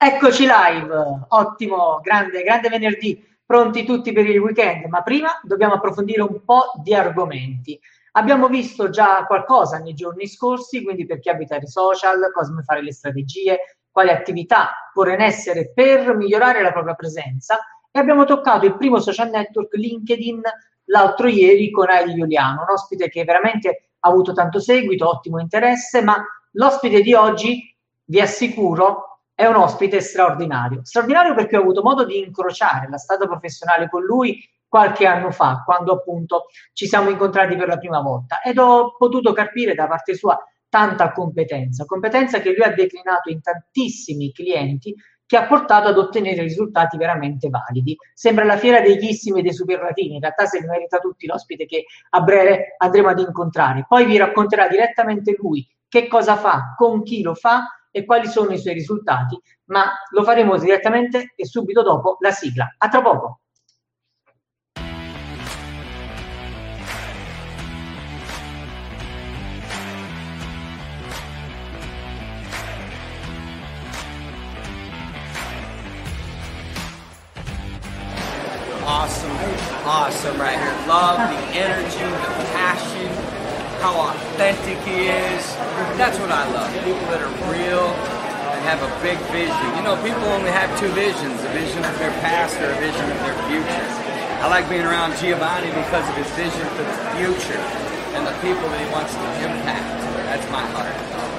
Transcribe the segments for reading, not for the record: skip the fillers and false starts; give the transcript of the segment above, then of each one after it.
Eccoci live, ottimo, grande venerdì, pronti tutti per il weekend, ma prima dobbiamo approfondire un po' di argomenti. Abbiamo visto già qualcosa nei giorni scorsi, quindi per chi abita i social, come fare le strategie, quali attività porre in essere per migliorare la propria presenza e abbiamo toccato il primo social network LinkedIn l'altro ieri con Heidi Giuliano, un ospite che veramente ha avuto tanto seguito, ottimo interesse, ma l'ospite di oggi, vi assicuro, è un ospite straordinario. Straordinario perché ho avuto modo di incrociare la strada professionale con lui qualche anno fa, quando appunto ci siamo incontrati per la prima volta ed ho potuto capire da parte sua tanta competenza che lui ha declinato in tantissimi clienti che ha portato ad ottenere risultati veramente validi. Sembra la fiera dei chissimi e dei superlatini, in realtà se li merita tutti l'ospite che a breve andremo ad incontrare. Poi vi racconterà direttamente lui che cosa fa, con chi lo fa e quali sono i suoi risultati, ma lo faremo direttamente e subito dopo la sigla. A tra poco! Awesome right here. Love the energy, the passion, how authentic he is. That's what I love. People that are real and have a big vision. You know, people only have two visions, a vision of their past or a vision of their future. I like being around Giovanni because of his vision for the future and the people that he wants to impact. That's my heart.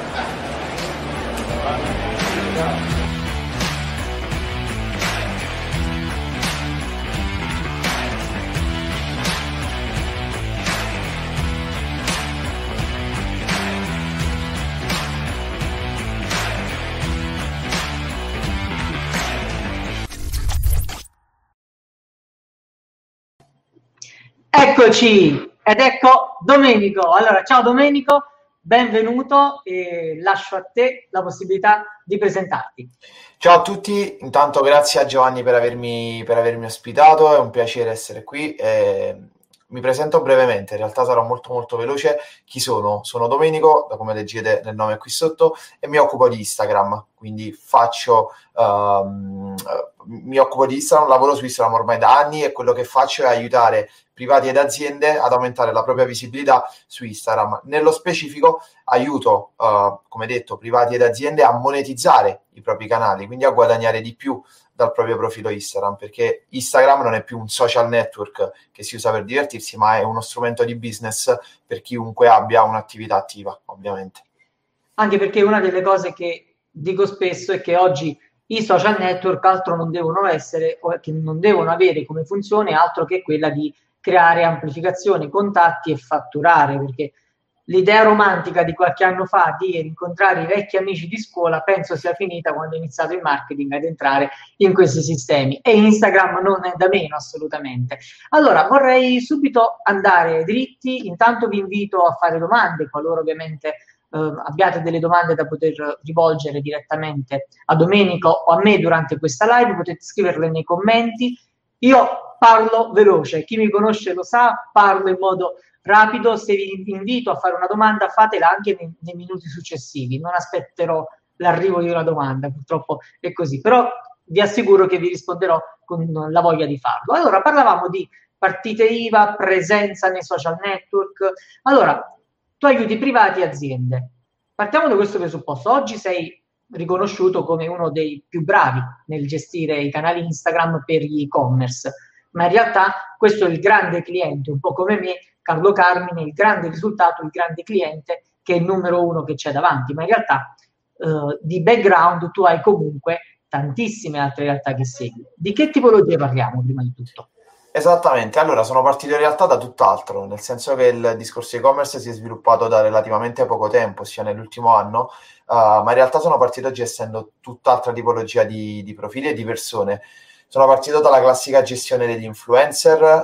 Eccoci, ed ecco Domenico. Allora, ciao Domenico, benvenuto e lascio a te la possibilità di presentarti. Ciao a tutti, intanto grazie a Giovanni per avermi ospitato, è un piacere essere qui. Mi presento brevemente, in realtà sarò molto veloce. Chi sono? Sono Domenico, da come leggete nel nome qui sotto, e mi occupo di Instagram, quindi mi occupo di Instagram, lavoro su Instagram ormai da anni e quello che faccio è aiutare privati ed aziende ad aumentare la propria visibilità su Instagram. Nello specifico aiuto, come detto, privati ed aziende a monetizzare i propri canali, quindi a guadagnare di più dal proprio profilo Instagram, perché Instagram non è più un social network che si usa per divertirsi, ma è uno strumento di business per chiunque abbia un'attività attiva, ovviamente. Anche perché una delle cose che dico spesso è che oggi i social network altro non devono essere, o che non devono avere come funzione altro che quella di creare amplificazione, contatti e fatturare, perché l'idea romantica di qualche anno fa di rincontrare i vecchi amici di scuola penso sia finita quando è iniziato il marketing ad entrare in questi sistemi e Instagram non è da meno assolutamente. Allora vorrei subito andare dritti, intanto vi invito a fare domande qualora ovviamente abbiate delle domande da poter rivolgere direttamente a Domenico o a me durante questa live, potete scriverle nei commenti. Io parlo veloce, chi mi conosce lo sa, parlo in modo rapido. Se vi invito a fare una domanda fatela anche nei minuti successivi, non aspetterò l'arrivo di una domanda, purtroppo è così, però vi assicuro che vi risponderò con la voglia di farlo. Allora, parlavamo di partite IVA, presenza nei social network. Allora, tu aiuti privati e aziende. Partiamo da questo presupposto. Oggi sei riconosciuto come uno dei più bravi nel gestire i canali Instagram per gli e-commerce, ma in realtà questo è il grande cliente, un po' come me, Carlo Carmine, il grande risultato, il grande cliente che è il numero uno che c'è davanti, ma in realtà di background tu hai comunque tantissime altre realtà che segui. Di che tipologie parliamo prima di tutto? Esattamente, allora sono partito in realtà da tutt'altro, nel senso che il discorso e-commerce si è sviluppato da relativamente poco tempo, ossia nell'ultimo anno, ma in realtà sono partito gestendo tutt'altra tipologia di profili e di persone. Sono partito dalla classica gestione degli influencer,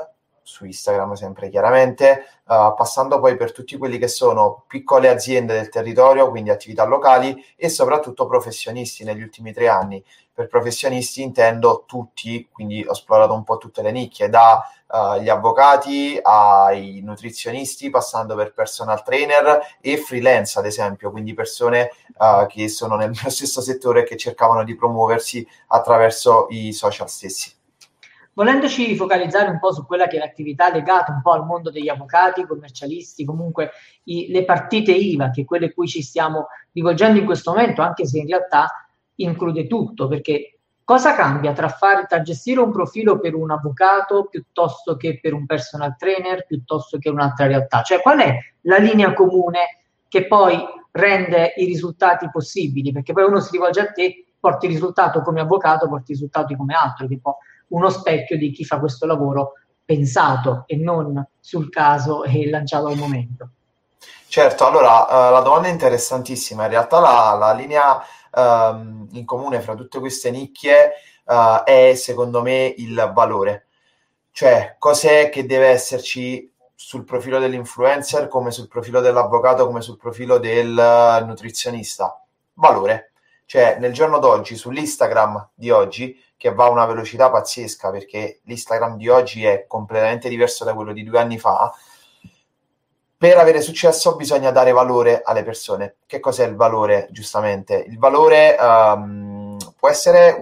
su Instagram sempre chiaramente, passando poi per tutti quelli che sono piccole aziende del territorio, quindi attività locali e soprattutto professionisti negli ultimi 3 anni. Per professionisti intendo tutti, quindi ho esplorato un po' tutte le nicchie, da gli avvocati ai nutrizionisti, passando per personal trainer e freelance, ad esempio, quindi persone che sono nel mio stesso settore e che cercavano di promuoversi attraverso i social stessi. Volendoci focalizzare un po' su quella che è l'attività legata un po' al mondo degli avvocati, commercialisti, comunque le partite IVA, che è quelle a cui ci stiamo rivolgendo in questo momento, anche se in realtà include tutto, perché cosa cambia tra gestire un profilo per un avvocato piuttosto che per un personal trainer, piuttosto che un'altra realtà? Cioè, qual è la linea comune che poi rende i risultati possibili? Perché poi uno si rivolge a te, porti il risultato come avvocato, porti i risultati come altro, che poi uno specchio di chi fa questo lavoro pensato e non sul caso e lanciato al momento. Certo, allora la domanda è interessantissima. In realtà la linea in comune fra tutte queste nicchie è secondo me il valore. Cioè, cos'è che deve esserci sul profilo dell'influencer, come sul profilo dell'avvocato, come sul profilo del nutrizionista? Valore. Cioè, nel giorno d'oggi, sull'Instagram di oggi, che va a una velocità pazzesca, perché l'Instagram di oggi è completamente diverso da quello di 2 anni fa, per avere successo bisogna dare valore alle persone. Che cos'è il valore, giustamente? Il valore può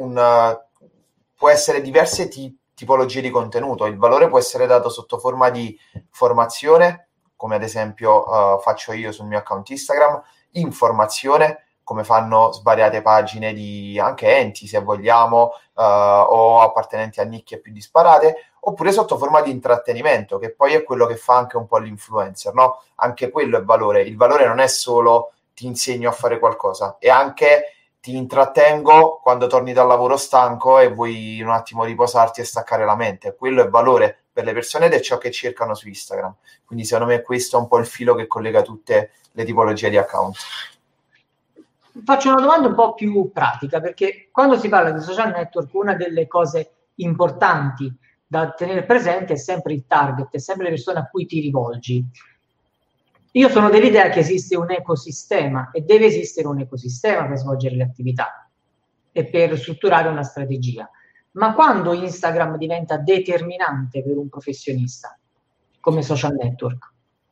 essere diverse tipologie di contenuto. Il valore può essere dato sotto forma di formazione, come ad esempio faccio io sul mio account Instagram, informazione, come fanno svariate pagine di anche enti, se vogliamo, o appartenenti a nicchie più disparate, oppure sotto forma di intrattenimento, che poi è quello che fa anche un po' l'influencer, no? Anche quello è valore. Il valore non è solo ti insegno a fare qualcosa, è anche ti intrattengo quando torni dal lavoro stanco e vuoi un attimo riposarti e staccare la mente. Quello è valore per le persone ed è ciò che cercano su Instagram. Quindi secondo me questo è un po' il filo che collega tutte le tipologie di account. Faccio una domanda un po' più pratica, perché quando si parla di social network, una delle cose importanti da tenere presente è sempre il target, è sempre le persone a cui ti rivolgi. Io sono dell'idea che esiste un ecosistema e deve esistere un ecosistema per svolgere le attività e per strutturare una strategia. Ma quando Instagram diventa determinante per un professionista come social network?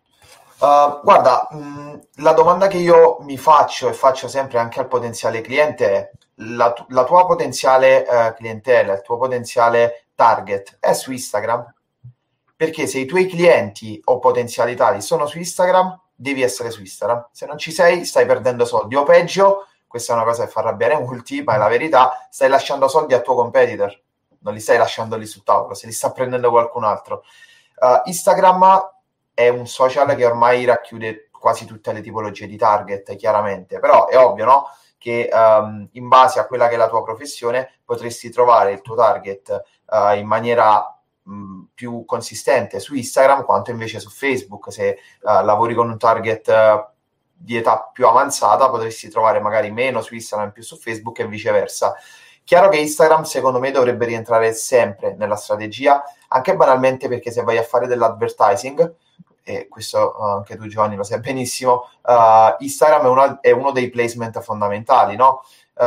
Guarda, la domanda che io mi faccio e faccio sempre anche al potenziale cliente è la tua potenziale clientela, il tuo potenziale target è su Instagram? Perché se i tuoi clienti o potenziali tali sono su Instagram, devi essere su Instagram. Se non ci sei, stai perdendo soldi. O peggio, questa è una cosa che fa arrabbiare molti, ma è la verità, stai lasciando soldi al tuo competitor. Non li stai lasciando lì sul tavolo, se li sta prendendo qualcun altro. Instagram è un social che ormai racchiude quasi tutte le tipologie di target, chiaramente. Però è ovvio, no? Che in base a quella che è la tua professione potresti trovare il tuo target in maniera più consistente su Instagram quanto invece su Facebook. Se lavori con un target di età più avanzata potresti trovare magari meno su Instagram, più su Facebook e viceversa. Chiaro che Instagram secondo me dovrebbe rientrare sempre nella strategia, anche banalmente perché se vai a fare dell'advertising, e questo anche tu Giovanni lo sai benissimo, Instagram è uno dei placement fondamentali, no?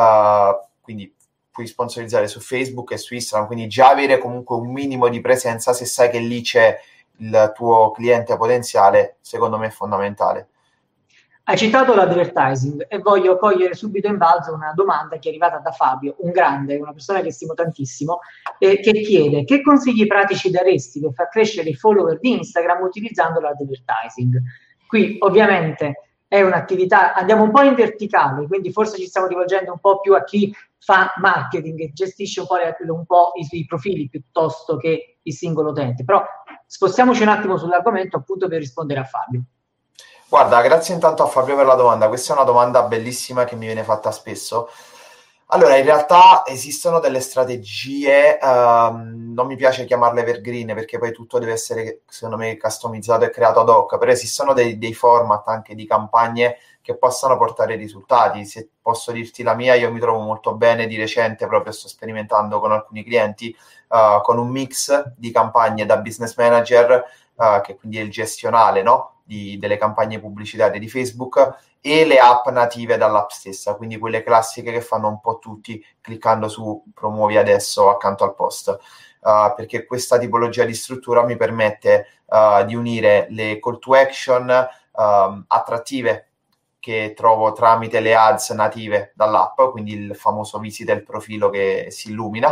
Quindi puoi sponsorizzare su Facebook e su Instagram, quindi già avere comunque un minimo di presenza se sai che lì c'è il tuo cliente potenziale, secondo me è fondamentale. Hai citato l'advertising e voglio cogliere subito in balzo una domanda che è arrivata da Fabio, un grande, una persona che stimo tantissimo, che chiede: che consigli pratici daresti per far crescere i follower di Instagram utilizzando l'advertising? Qui ovviamente è un'attività, andiamo un po' in verticale, quindi forse ci stiamo rivolgendo un po' più a chi fa marketing e gestisce un po' i profili piuttosto che il singolo utente. Però spostiamoci un attimo sull'argomento appunto per rispondere a Fabio. Guarda, grazie intanto a Fabio per la domanda. Questa è una domanda bellissima che mi viene fatta spesso. Allora, in realtà esistono delle strategie, non mi piace chiamarle evergreen perché poi tutto deve essere, secondo me, customizzato e creato ad hoc, però esistono dei format anche di campagne che possano portare risultati. Se posso dirti la mia, io mi trovo molto bene di recente, proprio sto sperimentando con alcuni clienti, con un mix di campagne da business manager, che quindi è il gestionale, no? Delle campagne pubblicitarie di Facebook, e le app native dall'app stessa, quindi quelle classiche che fanno un po' tutti cliccando su promuovi adesso accanto al post. Perché questa tipologia di struttura mi permette di unire le call to action attrattive che trovo tramite le ads native dall'app, quindi il famoso visita il profilo che si illumina,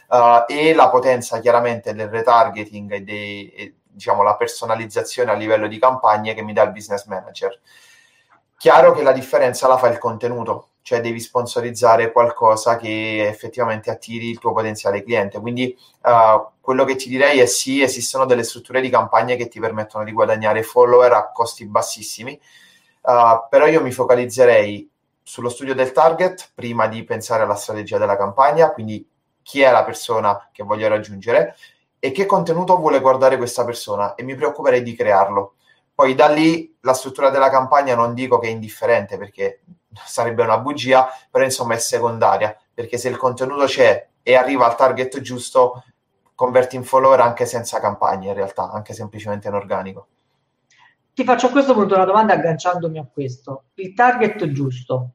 e la potenza chiaramente del retargeting e diciamo la personalizzazione a livello di campagne che mi dà il business manager. Chiaro che la differenza la fa il contenuto, cioè devi sponsorizzare qualcosa che effettivamente attiri il tuo potenziale cliente. Quindi quello che ti direi è sì, esistono delle strutture di campagne che ti permettono di guadagnare follower a costi bassissimi, però io mi focalizzerei sullo studio del target prima di pensare alla strategia della campagna, quindi chi è la persona che voglio raggiungere e che contenuto vuole guardare questa persona, e mi preoccuperei di crearlo. Poi da lì la struttura della campagna non dico che è indifferente, perché sarebbe una bugia, però insomma è secondaria, perché se il contenuto c'è e arriva al target giusto, converti in follower anche senza campagna, in realtà, anche semplicemente in organico. Ti faccio a questo punto una domanda agganciandomi a questo. Il target giusto.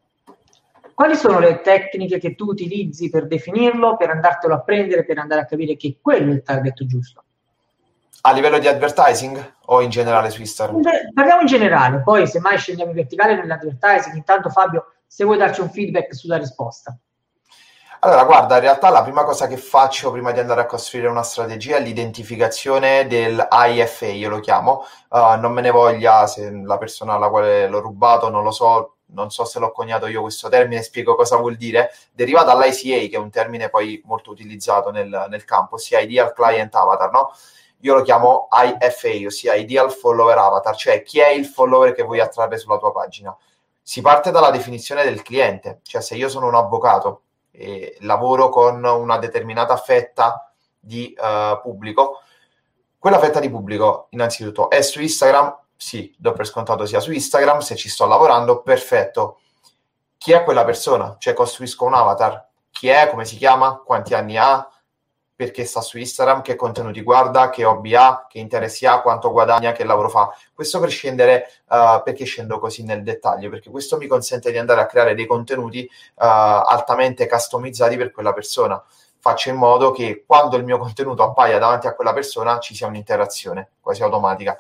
Quali sono le tecniche che tu utilizzi per definirlo, per andartelo a prendere, per andare a capire che quello è il target giusto? A livello di advertising o in generale su Instagram? Parliamo in generale, poi se mai scendiamo in verticale nell'advertising. Intanto Fabio, se vuoi darci un feedback sulla risposta. Allora, guarda, in realtà la prima cosa che faccio prima di andare a costruire una strategia è l'identificazione del IFA, io lo chiamo. Non me ne voglia se la persona alla quale l'ho rubato, non lo so, non so se l'ho coniato io questo termine, spiego cosa vuol dire. Deriva dall'ICA, che è un termine poi molto utilizzato nel campo, ossia Ideal Client Avatar, no? Io lo chiamo IFA, ossia Ideal Follower Avatar, cioè chi è il follower che vuoi attrarre sulla tua pagina. Si parte dalla definizione del cliente, cioè se io sono un avvocato e lavoro con una determinata fetta di pubblico, quella fetta di pubblico innanzitutto è su Instagram, sì, do per scontato sia su Instagram, se ci sto lavorando, perfetto. Chi è quella persona? Cioè costruisco un avatar, chi è, come si chiama, quanti anni ha, perché sta su Instagram, che contenuti guarda, che hobby ha, che interessi ha, quanto guadagna, che lavoro fa. Questo per scendere, perché scendo così nel dettaglio? Perché questo mi consente di andare a creare dei contenuti altamente customizzati per quella persona. Faccio in modo che quando il mio contenuto appaia davanti a quella persona ci sia un'interazione quasi automatica.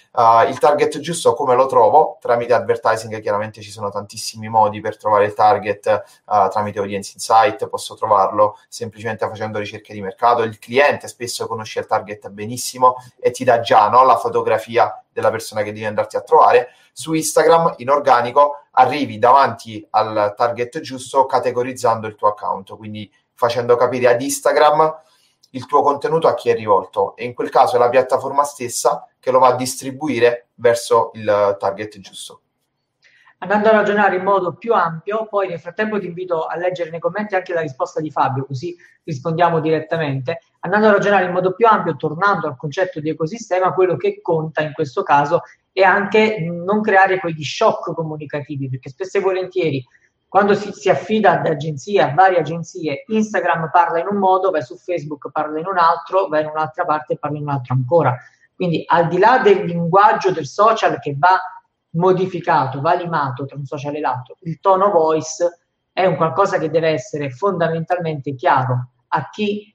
Il target giusto come lo trovo? Tramite advertising, chiaramente ci sono tantissimi modi per trovare il target, tramite Audience Insight posso trovarlo semplicemente facendo ricerche di mercato. Il cliente spesso conosce il target benissimo e ti dà già, no, la fotografia della persona che devi andarti a trovare. Su Instagram in organico arrivi davanti al target giusto categorizzando il tuo account, quindi facendo capire ad Instagram il tuo contenuto a chi è rivolto, e in quel caso è la piattaforma stessa che lo va a distribuire verso il target giusto. Andando a ragionare in modo più ampio, poi nel frattempo ti invito a leggere nei commenti anche la risposta di Fabio, così rispondiamo direttamente. Andando a ragionare in modo più ampio, tornando al concetto di ecosistema, quello che conta in questo caso è anche non creare quegli shock comunicativi, perché spesso e volentieri quando si affida ad agenzie, a varie agenzie, Instagram parla in un modo, vai su Facebook parla in un altro, vai in un'altra parte e parla in un altro ancora. Quindi al di là del linguaggio del social che va modificato, va limato tra un social e l'altro, il tono voice è un qualcosa che deve essere fondamentalmente chiaro a chi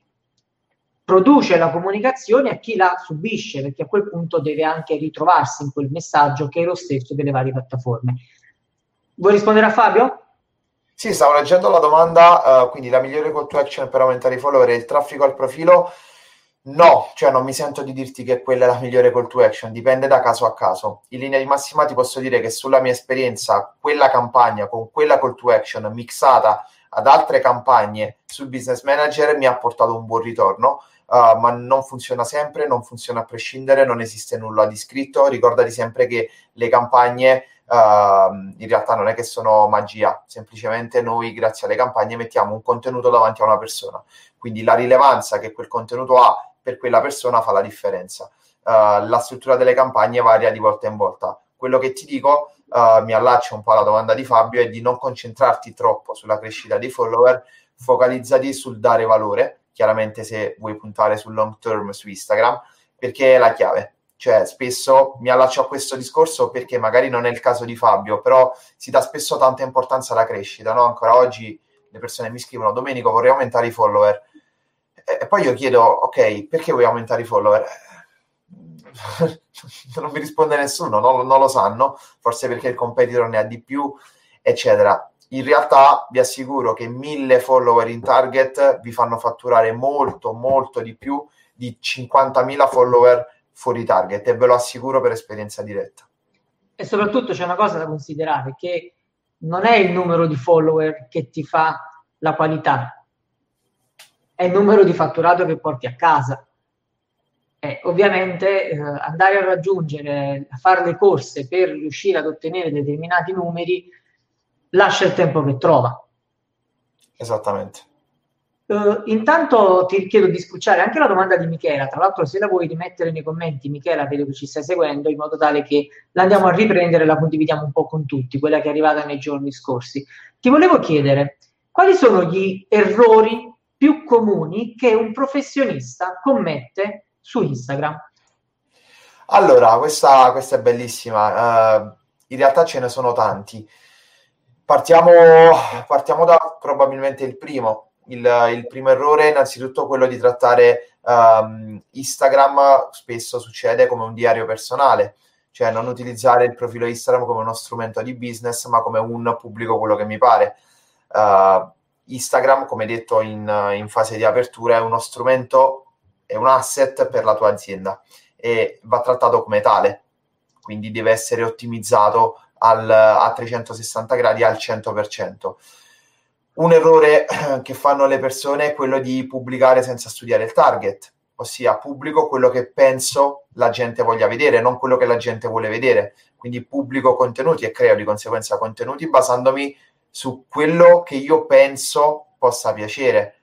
produce la comunicazione e a chi la subisce, perché a quel punto deve anche ritrovarsi in quel messaggio che è lo stesso delle varie piattaforme. Vuoi rispondere a Fabio? Sì, stavo leggendo la domanda, quindi la migliore call to action per aumentare i follower è il traffico al profilo? No, cioè non mi sento di dirti che quella è la migliore call to action, dipende da caso a caso. In linea di massima ti posso dire che sulla mia esperienza, quella campagna con quella call to action mixata ad altre campagne sul business manager mi ha portato un buon ritorno, ma non funziona sempre, non funziona a prescindere, non esiste nulla di scritto. Ricordati sempre che le campagne in realtà non è che sono magia, semplicemente noi grazie alle campagne mettiamo un contenuto davanti a una persona, quindi la rilevanza che quel contenuto ha per quella persona fa la differenza. La struttura delle campagne varia di volta in volta. quello che ti dico, mi allaccio un po' alla domanda di Fabio, è di non concentrarti troppo sulla crescita dei follower, focalizzati sul dare valore, chiaramente se vuoi puntare sul long term su Instagram, perché è la chiave. Cioè, spesso mi allaccio a questo discorso perché magari non è il caso di Fabio, però si dà spesso tanta importanza alla crescita, no? Ancora oggi le persone mi scrivono: Domenico, vorrei aumentare i follower. E poi io chiedo: ok, perché vuoi aumentare i follower? Non mi risponde nessuno, non lo sanno, forse perché il competitor ne ha di più, eccetera. In realtà vi assicuro che 1000 follower in target vi fanno fatturare molto, molto di più di 50.000 follower fuori target, e ve lo assicuro per esperienza diretta. E soprattutto c'è una cosa da considerare, che non è il numero di follower che ti fa la qualità, è il numero di fatturato che porti a casa. Ovviamente andare a raggiungere, a fare le corse per riuscire ad ottenere determinati numeri lascia il tempo che trova. Esattamente. Intanto ti chiedo di spucciare anche la domanda di Michela, tra l'altro se la vuoi rimettere nei commenti, Michela, vedo che ci stai seguendo, in modo tale che la andiamo a riprendere e la condividiamo un po' con tutti, quella che è arrivata nei giorni scorsi. Ti volevo chiedere, quali sono gli errori più comuni che un professionista commette su Instagram? Allora, questa è bellissima. In realtà ce ne sono tanti. Partiamo da probabilmente il primo. Il primo errore è innanzitutto quello di trattare Instagram, spesso succede, come un diario personale, cioè non utilizzare il profilo Instagram come uno strumento di business, ma come un pubblico quello che mi pare. Instagram, come detto in fase di apertura, è uno strumento, è un asset per la tua azienda e va trattato come tale, quindi deve essere ottimizzato a 360 gradi al 100%. Un errore che fanno le persone è quello di pubblicare senza studiare il target, ossia pubblico quello che penso la gente voglia vedere, non quello che la gente vuole vedere. Quindi pubblico contenuti e creo di conseguenza contenuti basandomi su quello che io penso possa piacere,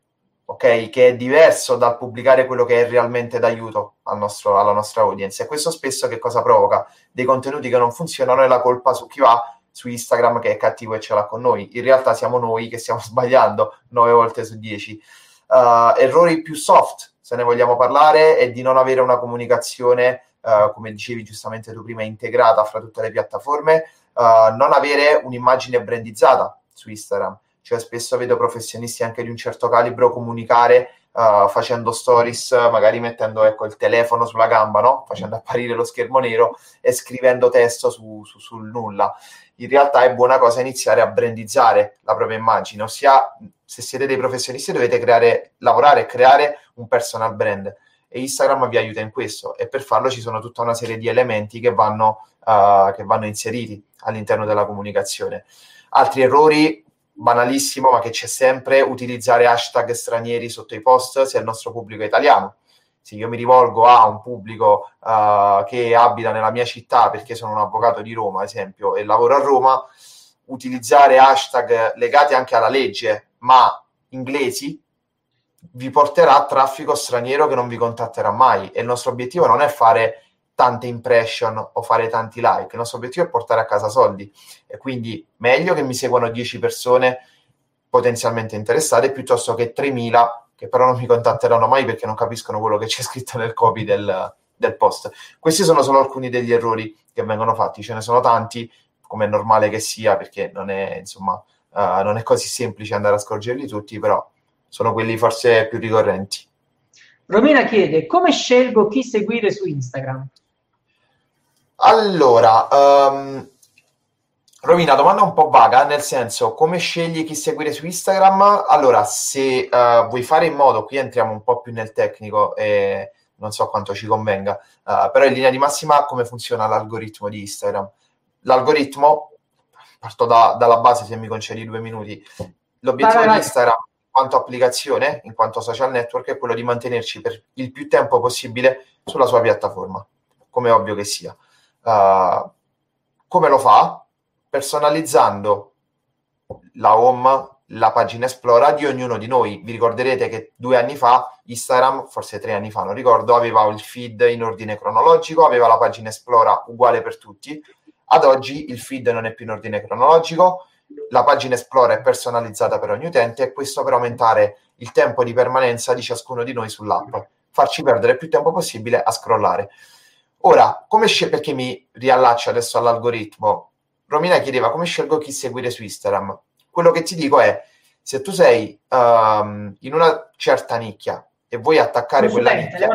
ok? Che è diverso dal pubblicare quello che è realmente d'aiuto alla nostra audience. E questo spesso che cosa provoca? Dei contenuti che non funzionano e la colpa su chi va su Instagram che è cattivo e ce l'ha con noi. In realtà siamo noi che stiamo sbagliando 9 volte su 10. Errori più soft, se ne vogliamo parlare, è di non avere una comunicazione, come dicevi giustamente tu prima, integrata fra tutte le piattaforme, non avere un'immagine brandizzata su Instagram. Cioè spesso vedo professionisti anche di un certo calibro comunicare facendo stories, magari mettendo il telefono sulla gamba, no? Facendo apparire lo schermo nero e scrivendo testo sul nulla. In realtà è buona cosa iniziare a brandizzare la propria immagine, ossia se siete dei professionisti dovete lavorare e creare un personal brand, e Instagram vi aiuta in questo, e per farlo ci sono tutta una serie di elementi che vanno inseriti all'interno della comunicazione. Altri errori, banalissimo, ma che c'è sempre: utilizzare hashtag stranieri sotto i post se il nostro pubblico è italiano. Se io mi rivolgo a un pubblico che abita nella mia città, perché sono un avvocato di Roma, ad esempio, e lavoro a Roma, utilizzare hashtag legati anche alla legge, ma inglesi, vi porterà a traffico straniero che non vi contatterà mai. E il nostro obiettivo non è fare tante impression o fare tanti like, il nostro obiettivo è portare a casa soldi, e quindi meglio che mi seguano 10 persone potenzialmente interessate piuttosto che 3.000 che però non mi contatteranno mai perché non capiscono quello che c'è scritto nel copy del post. Questi sono solo alcuni degli errori che vengono fatti, ce ne sono tanti, come è normale che sia, perché non è così semplice andare a scorgerli tutti, però sono quelli forse più ricorrenti. Romina chiede: come scelgo chi seguire su Instagram? Allora, Romina, domanda un po' vaga, nel senso, come scegli chi seguire su Instagram? Allora, se vuoi fare in modo, qui entriamo un po' più nel tecnico e non so quanto ci convenga, però in linea di massima come funziona l'algoritmo di Instagram? L'algoritmo, parto dalla base se mi concedi 2 minuti, l'obiettivo di Instagram in quanto applicazione, in quanto social network, è quello di mantenerci per il più tempo possibile sulla sua piattaforma, come è ovvio che sia. Come lo fa? Personalizzando la home, la pagina Esplora di ognuno di noi. Vi ricorderete che 2 anni fa Instagram, forse 3 anni fa, non ricordo, aveva il feed in ordine cronologico, aveva la pagina Esplora uguale per tutti. Ad oggi il feed non è più in ordine cronologico, la pagina Esplora è personalizzata per ogni utente, e questo per aumentare il tempo di permanenza di ciascuno di noi sull'app, farci perdere più tempo possibile a scrollare. Ora, perché mi riallaccio adesso all'algoritmo? Romina chiedeva come scelgo chi seguire su Instagram. Quello che ti dico è, se tu sei in una certa nicchia e vuoi attaccare quella nicchia,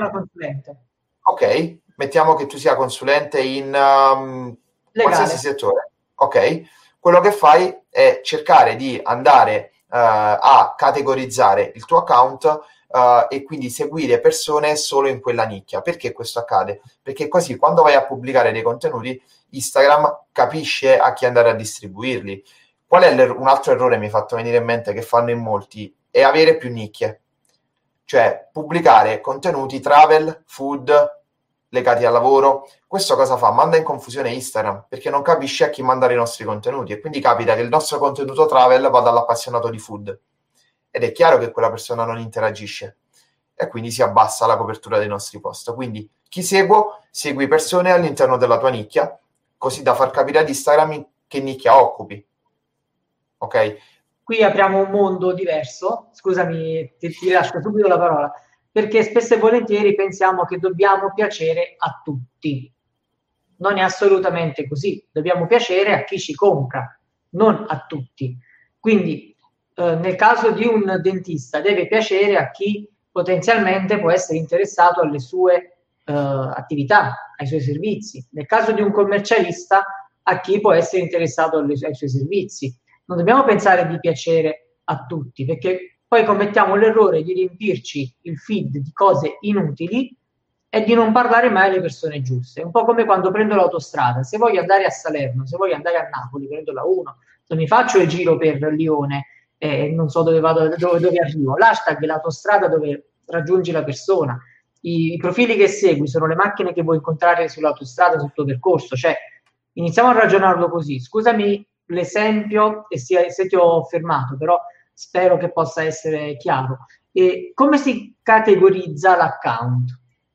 ok, mettiamo che tu sia consulente in qualsiasi settore, ok, quello che fai è cercare di andare a categorizzare il tuo account e quindi seguire persone solo in quella nicchia. Perché questo accade? Perché così quando vai a pubblicare dei contenuti Instagram capisce a chi andare a distribuirli. Qual è un altro errore mi hai fatto venire in mente che fanno in molti? È avere più nicchie, cioè pubblicare contenuti travel, food, legati al lavoro. Questo cosa fa? Manda in confusione Instagram, perché non capisce a chi mandare i nostri contenuti, e quindi capita che il nostro contenuto travel vada all'appassionato di food, ed è chiaro che quella persona non interagisce e quindi si abbassa la copertura dei nostri post. Quindi chi seguo? Segui persone all'interno della tua nicchia, così da far capire ad Instagram in che nicchia occupi. Ok? Qui apriamo un mondo diverso, scusami, ti lascio subito la parola, perché spesso e volentieri pensiamo che dobbiamo piacere a tutti. Non è assolutamente così, dobbiamo piacere a chi ci compra, non a tutti. Quindi nel caso di un dentista deve piacere a chi potenzialmente può essere interessato alle sue attività, ai suoi servizi. Nel caso di un commercialista, a chi può essere interessato ai suoi servizi. Non dobbiamo pensare di piacere a tutti, perché poi commettiamo l'errore di riempirci il feed di cose inutili e di non parlare mai alle persone giuste. È un po' come quando prendo l'autostrada. Se voglio andare a Salerno, se voglio andare a Napoli, prendo la 1, non mi faccio il giro per Lione e non so dove vado, dove arrivo. L'hashtag è l'autostrada dove raggiungi la persona. I profili che segui sono le macchine che vuoi incontrare sull'autostrada, sul tuo percorso. Cioè, iniziamo a ragionarlo così. Scusami l'esempio e se ti ho fermato, però spero che possa essere chiaro. E come si categorizza l'account?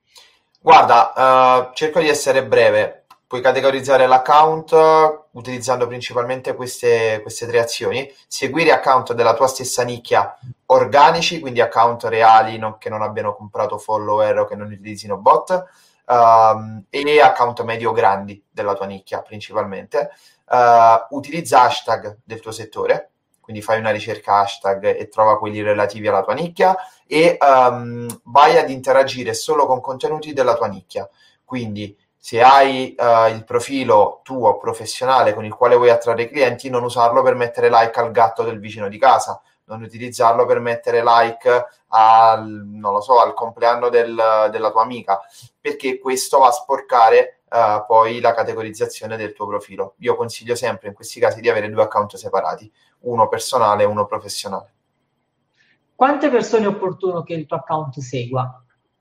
Guarda, cerco di essere breve. Puoi categorizzare l'account utilizzando principalmente queste 3 azioni: seguire account della tua stessa nicchia organici, quindi account reali che non abbiano comprato follower o che non utilizzino bot, e account medio grandi della tua nicchia principalmente. Utilizza hashtag del tuo settore, quindi fai una ricerca hashtag e trova quelli relativi alla tua nicchia, e vai ad interagire solo con contenuti della tua nicchia. Quindi se hai il profilo tuo professionale con il quale vuoi attrarre clienti, non usarlo per mettere like al gatto del vicino di casa, non utilizzarlo per mettere like non lo so, al compleanno della tua amica, perché questo va a sporcare poi la categorizzazione del tuo profilo. Io consiglio sempre in questi casi di avere 2 account separati, uno personale e uno professionale. Quante persone è opportuno che il tuo account segua?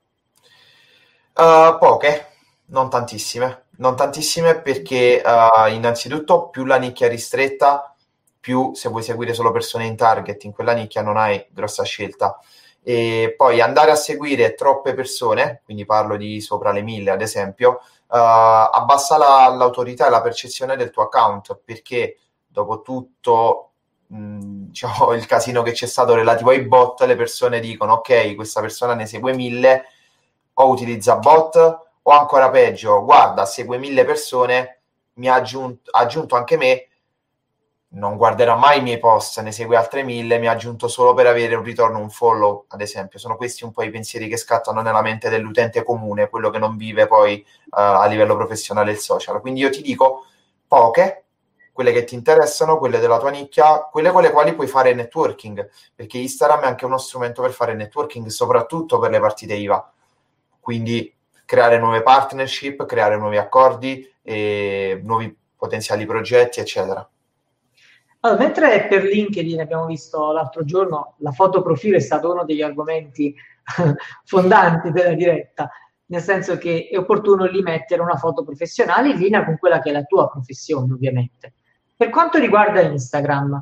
Poche, non tantissime, perché innanzitutto più la nicchia è ristretta, più se vuoi seguire solo persone in target in quella nicchia non hai grossa scelta. E poi andare a seguire troppe persone, quindi parlo di sopra le 1000 ad esempio, abbassa l'autorità e la percezione del tuo account, perché dopo tutto diciamo, il casino che c'è stato relativo ai bot, le persone dicono ok, questa persona ne segue 1000, o utilizza bot, o ancora peggio, guarda, segue 1000 persone, mi ha aggiunto anche me, non guarderà mai i miei post, ne segue altre 1000, mi ha aggiunto solo per avere un ritorno, un follow, ad esempio. Sono questi un po' i pensieri che scattano nella mente dell'utente comune, quello che non vive poi a livello professionale il social. Quindi io ti dico poche, quelle che ti interessano, quelle della tua nicchia, quelle con le quali puoi fare networking, perché Instagram è anche uno strumento per fare networking, soprattutto per le partite IVA. Quindi creare nuove partnership, creare nuovi accordi, e nuovi potenziali progetti, eccetera. Allora, mentre per LinkedIn abbiamo visto l'altro giorno, la foto profilo è stato uno degli argomenti fondanti della diretta, nel senso che è opportuno lì mettere una foto professionale in linea con quella che è la tua professione, ovviamente. Per quanto riguarda Instagram,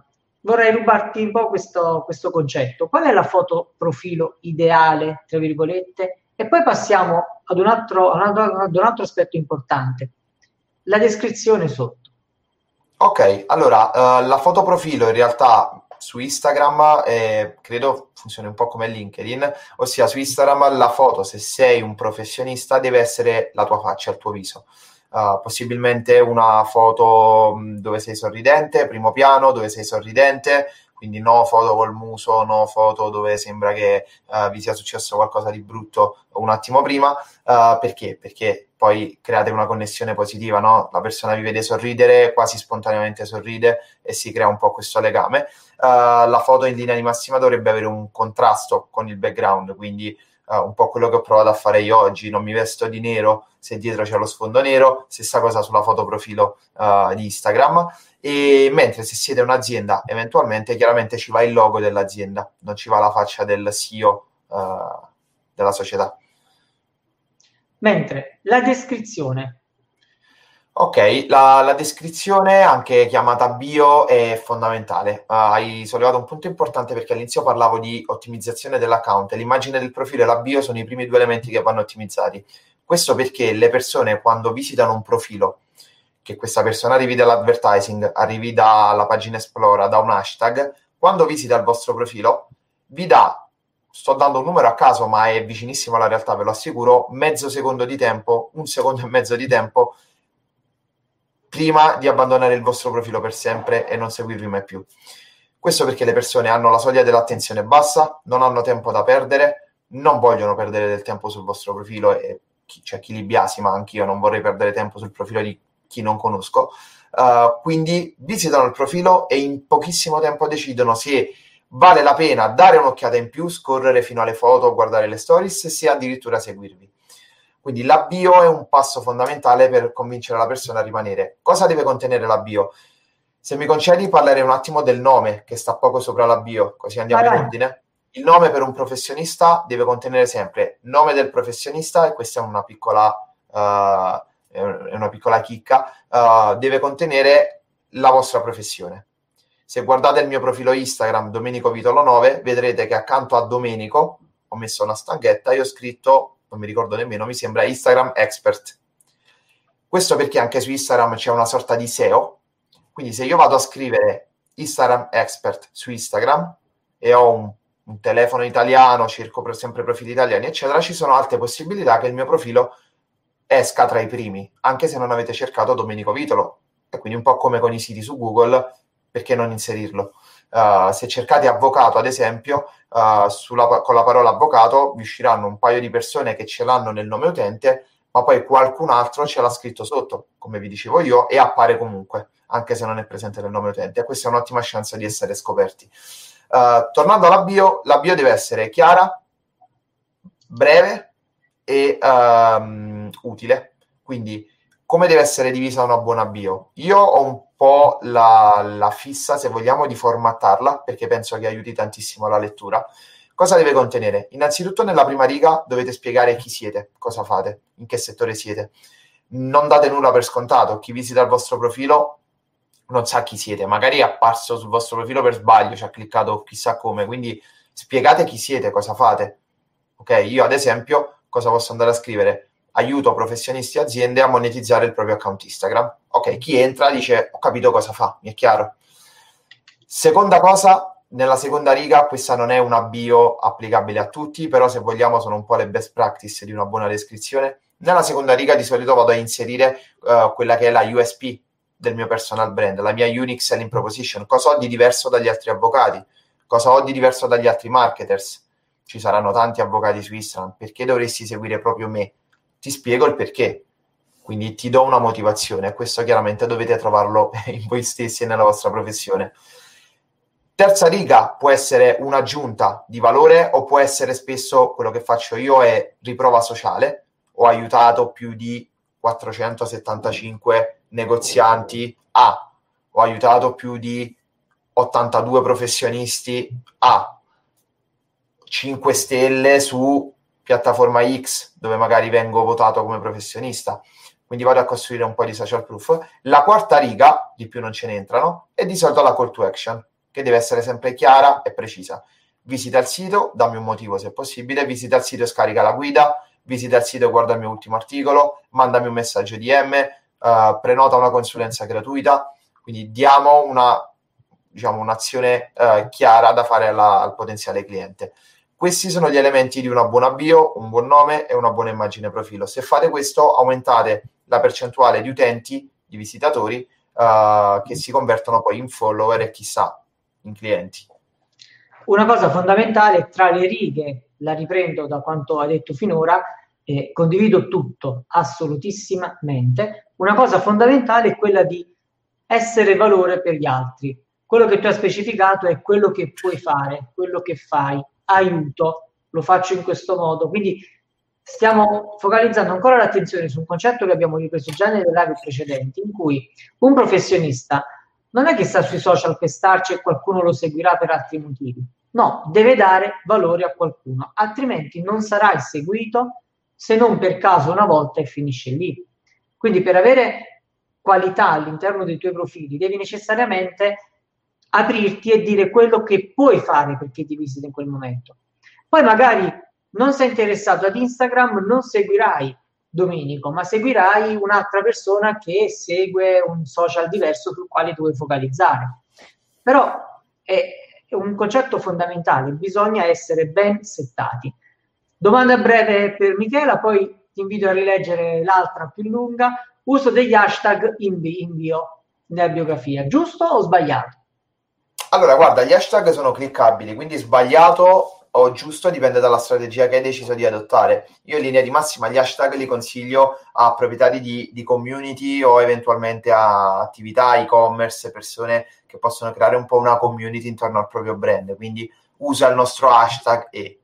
vorrei rubarti un po' questo concetto. Qual è la foto profilo ideale, tra virgolette? E poi passiamo ad un altro aspetto importante, la descrizione sotto. Ok, allora, la foto profilo in realtà su Instagram credo funzioni un po' come LinkedIn, ossia su Instagram la foto, se sei un professionista, deve essere la tua faccia, il tuo viso. Possibilmente una foto dove sei sorridente, primo piano, dove sei sorridente, quindi no foto col muso, no foto dove sembra che vi sia successo qualcosa di brutto un attimo prima. Perché? Perché poi create una connessione positiva, no? La persona vi vede sorridere, quasi spontaneamente sorride e si crea un po' questo legame. La foto in linea di massima dovrebbe avere un contrasto con il background, quindi un po' quello che ho provato a fare io oggi, non mi vesto di nero se dietro c'è lo sfondo nero, stessa cosa sulla foto profilo di Instagram. E mentre se siete un'azienda, eventualmente chiaramente ci va il logo dell'azienda, non ci va la faccia del CEO della società. Mentre la descrizione, Ok, la descrizione, anche chiamata bio, è fondamentale. Hai sollevato un punto importante perché all'inizio parlavo di ottimizzazione dell'account. L'immagine del profilo e la bio sono i primi due elementi che vanno ottimizzati. Questo perché le persone quando visitano un profilo, che questa persona arrivi dall'advertising, arrivi dalla pagina Esplora, da un hashtag, quando visita il vostro profilo, vi dà, sto dando un numero a caso, ma è vicinissimo alla realtà, ve lo assicuro, mezzo secondo di tempo, un secondo e mezzo di tempo prima di abbandonare il vostro profilo per sempre e non seguirvi mai più. Questo perché le persone hanno la soglia dell'attenzione bassa, non hanno tempo da perdere, non vogliono perdere del tempo sul vostro profilo e c'è chi li biasima, anch'io non vorrei perdere tempo sul profilo di chi non conosco. Quindi visitano il profilo e in pochissimo tempo decidono se vale la pena dare un'occhiata in più, scorrere fino alle foto, guardare le stories, se addirittura seguirvi. Quindi la bio è un passo fondamentale per convincere la persona a rimanere. Cosa deve contenere la bio? Se mi concedi, parlerei un attimo del nome, che sta poco sopra la bio, così andiamo in ordine. Il nome per un professionista deve contenere sempre nome del professionista, e questa è una piccola chicca, deve contenere la vostra professione. Se guardate il mio profilo Instagram, Domenico Vitolo 9, vedrete che accanto a Domenico ho messo una stanghetta e ho scritto, non mi ricordo nemmeno, mi sembra Instagram Expert. Questo perché anche su Instagram c'è una sorta di SEO, quindi se io vado a scrivere Instagram Expert su Instagram e ho un telefono italiano, cerco sempre profili italiani, eccetera, ci sono alte possibilità che il mio profilo esca tra i primi, anche se non avete cercato Domenico Vitolo. E quindi un po' come con i siti su Google, perché non inserirlo? Se cercate avvocato, ad esempio, con la parola avvocato vi usciranno un paio di persone che ce l'hanno nel nome utente, ma poi qualcun altro ce l'ha scritto sotto, come vi dicevo io, e appare comunque, anche se non è presente nel nome utente. E questa è un'ottima chance di essere scoperti. Tornando alla bio, la bio deve essere chiara, breve e utile. Quindi, come deve essere divisa una buona bio? Io ho un po' la fissa, se vogliamo, di formattarla, perché penso che aiuti tantissimo la lettura. Cosa deve contenere? Innanzitutto nella prima riga dovete spiegare chi siete, cosa fate, in che settore siete. Non date nulla per scontato. Chi visita il vostro profilo non sa chi siete, magari è apparso sul vostro profilo per sbaglio, ci ha cliccato chissà come, quindi spiegate chi siete, cosa fate. Ok, io ad esempio cosa posso andare a scrivere? Aiuto professionisti e aziende a monetizzare il proprio account Instagram. Ok, chi entra dice ho capito cosa fa, mi è chiaro. Seconda cosa, nella seconda riga, questa non è una bio applicabile a tutti, però se vogliamo sono un po' le best practice di una buona descrizione. Nella seconda riga di solito vado a inserire quella che è la USP del mio personal brand, la mia unique selling proposition. Cosa ho di diverso dagli altri avvocati? Cosa ho di diverso dagli altri marketers? Ci saranno tanti avvocati su Instagram, perché dovresti seguire proprio me? Ti spiego il perché, quindi ti do una motivazione. Questo chiaramente dovete trovarlo in voi stessi e nella vostra professione. Terza riga può essere un'aggiunta di valore o può essere spesso, quello che faccio io è riprova sociale. Ho aiutato più di 475 negozianti A, ho aiutato più di 82 professionisti A, 5 stelle su piattaforma X, dove magari vengo votato come professionista. Quindi vado a costruire un po' di social proof. La quarta riga, di più non ce ne entrano, è di solito la call to action. che deve essere sempre chiara e precisa. Visita il sito, dammi un motivo se è possibile, visita il sito e scarica la guida, visita il sito e guarda il mio ultimo articolo, mandami un messaggio DM, prenota una consulenza gratuita, quindi diamo un'azione chiara da fare al potenziale cliente. Questi sono gli elementi di una buona bio, un buon nome e una buona immagine profilo. Se fate questo, aumentate la percentuale di utenti, di visitatori, che si convertono poi in follower e chissà, in clienti. Una cosa fondamentale, tra le righe, la riprendo da quanto ha detto finora, condivido tutto, assolutissimamente. Una cosa fondamentale è quella di essere valore per gli altri. Quello che tu hai specificato è quello che puoi fare, quello che fai, aiuto, lo faccio in questo modo. Quindi stiamo focalizzando ancora l'attenzione su un concetto che abbiamo ripreso già nelle live precedenti, in cui un professionista non è che sta sui social per starci e qualcuno lo seguirà per altri motivi. No, deve dare valore a qualcuno, altrimenti non sarai seguito se non per caso una volta e finisce lì. Quindi per avere qualità all'interno dei tuoi profili devi necessariamente aprirti e dire quello che puoi fare perché ti visita in quel momento. Poi magari non sei interessato ad Instagram, non seguirai Domenico, ma seguirai un'altra persona che segue un social diverso sul quale tu vuoi focalizzare. Però è un concetto fondamentale, bisogna essere ben settati. Domanda breve per Michela, poi ti invito a rileggere l'altra più lunga. Uso degli hashtag in bio nella biografia, giusto o sbagliato? Allora, guarda, gli hashtag sono cliccabili, quindi sbagliato o giusto dipende dalla strategia che hai deciso di adottare. Io in linea di massima gli hashtag li consiglio a proprietari di community o eventualmente a attività e-commerce, persone che possono creare un po' una community intorno al proprio brand, quindi usa il nostro hashtag e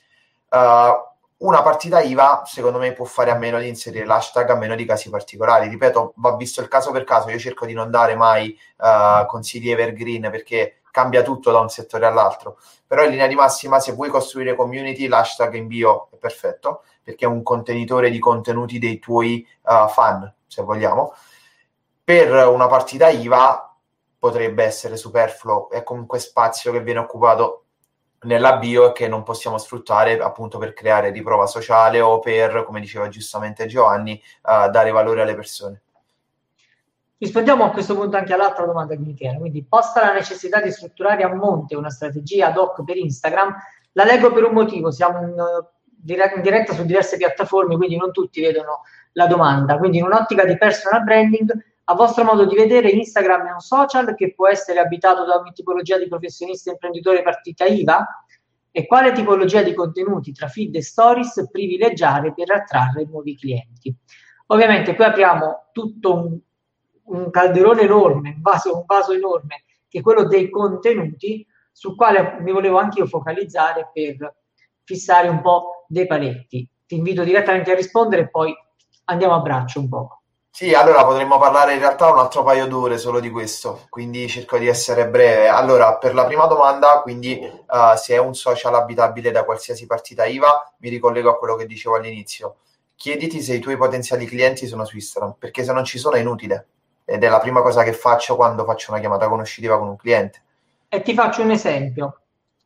una partita IVA secondo me può fare a meno di inserire l'hashtag a meno di casi particolari. Ripeto, va visto il caso per caso. Io cerco di non dare mai consigli evergreen perché cambia tutto da un settore all'altro, però in linea di massima se vuoi costruire community l'hashtag in bio è perfetto perché è un contenitore di contenuti dei tuoi fan, se vogliamo. Per una partita IVA potrebbe essere superfluo, è comunque spazio che viene occupato nella bio e che non possiamo sfruttare appunto per creare riprova sociale o per, come diceva giustamente Giovanni, dare valore alle persone. Rispondiamo a questo punto anche all'altra domanda di Michele. Quindi, posta la necessità di strutturare a monte una strategia ad hoc per Instagram, la leggo per un motivo, siamo in diretta su diverse piattaforme, quindi non tutti vedono la domanda. Quindi in un'ottica di personal branding, a vostro modo di vedere, Instagram è un social che può essere abitato da ogni tipologia di professionista, imprenditore, partita IVA? E quale tipologia di contenuti tra feed e stories privilegiare per attrarre nuovi clienti? Ovviamente qui apriamo tutto un calderone enorme, un vaso enorme, che è quello dei contenuti, sul quale mi volevo anche io focalizzare per fissare un po' dei paletti. Ti invito direttamente a rispondere e poi andiamo a braccio un po'. Sì, allora potremmo parlare in realtà un altro paio d'ore solo di questo, quindi cerco di essere breve. Allora, per la prima domanda, quindi se è un social abitabile da qualsiasi partita IVA, mi ricollego a quello che dicevo all'inizio. Chiediti se i tuoi potenziali clienti sono su Instagram, perché se non ci sono è inutile. Ed è la prima cosa che faccio quando faccio una chiamata conoscitiva con un cliente. E ti faccio un esempio.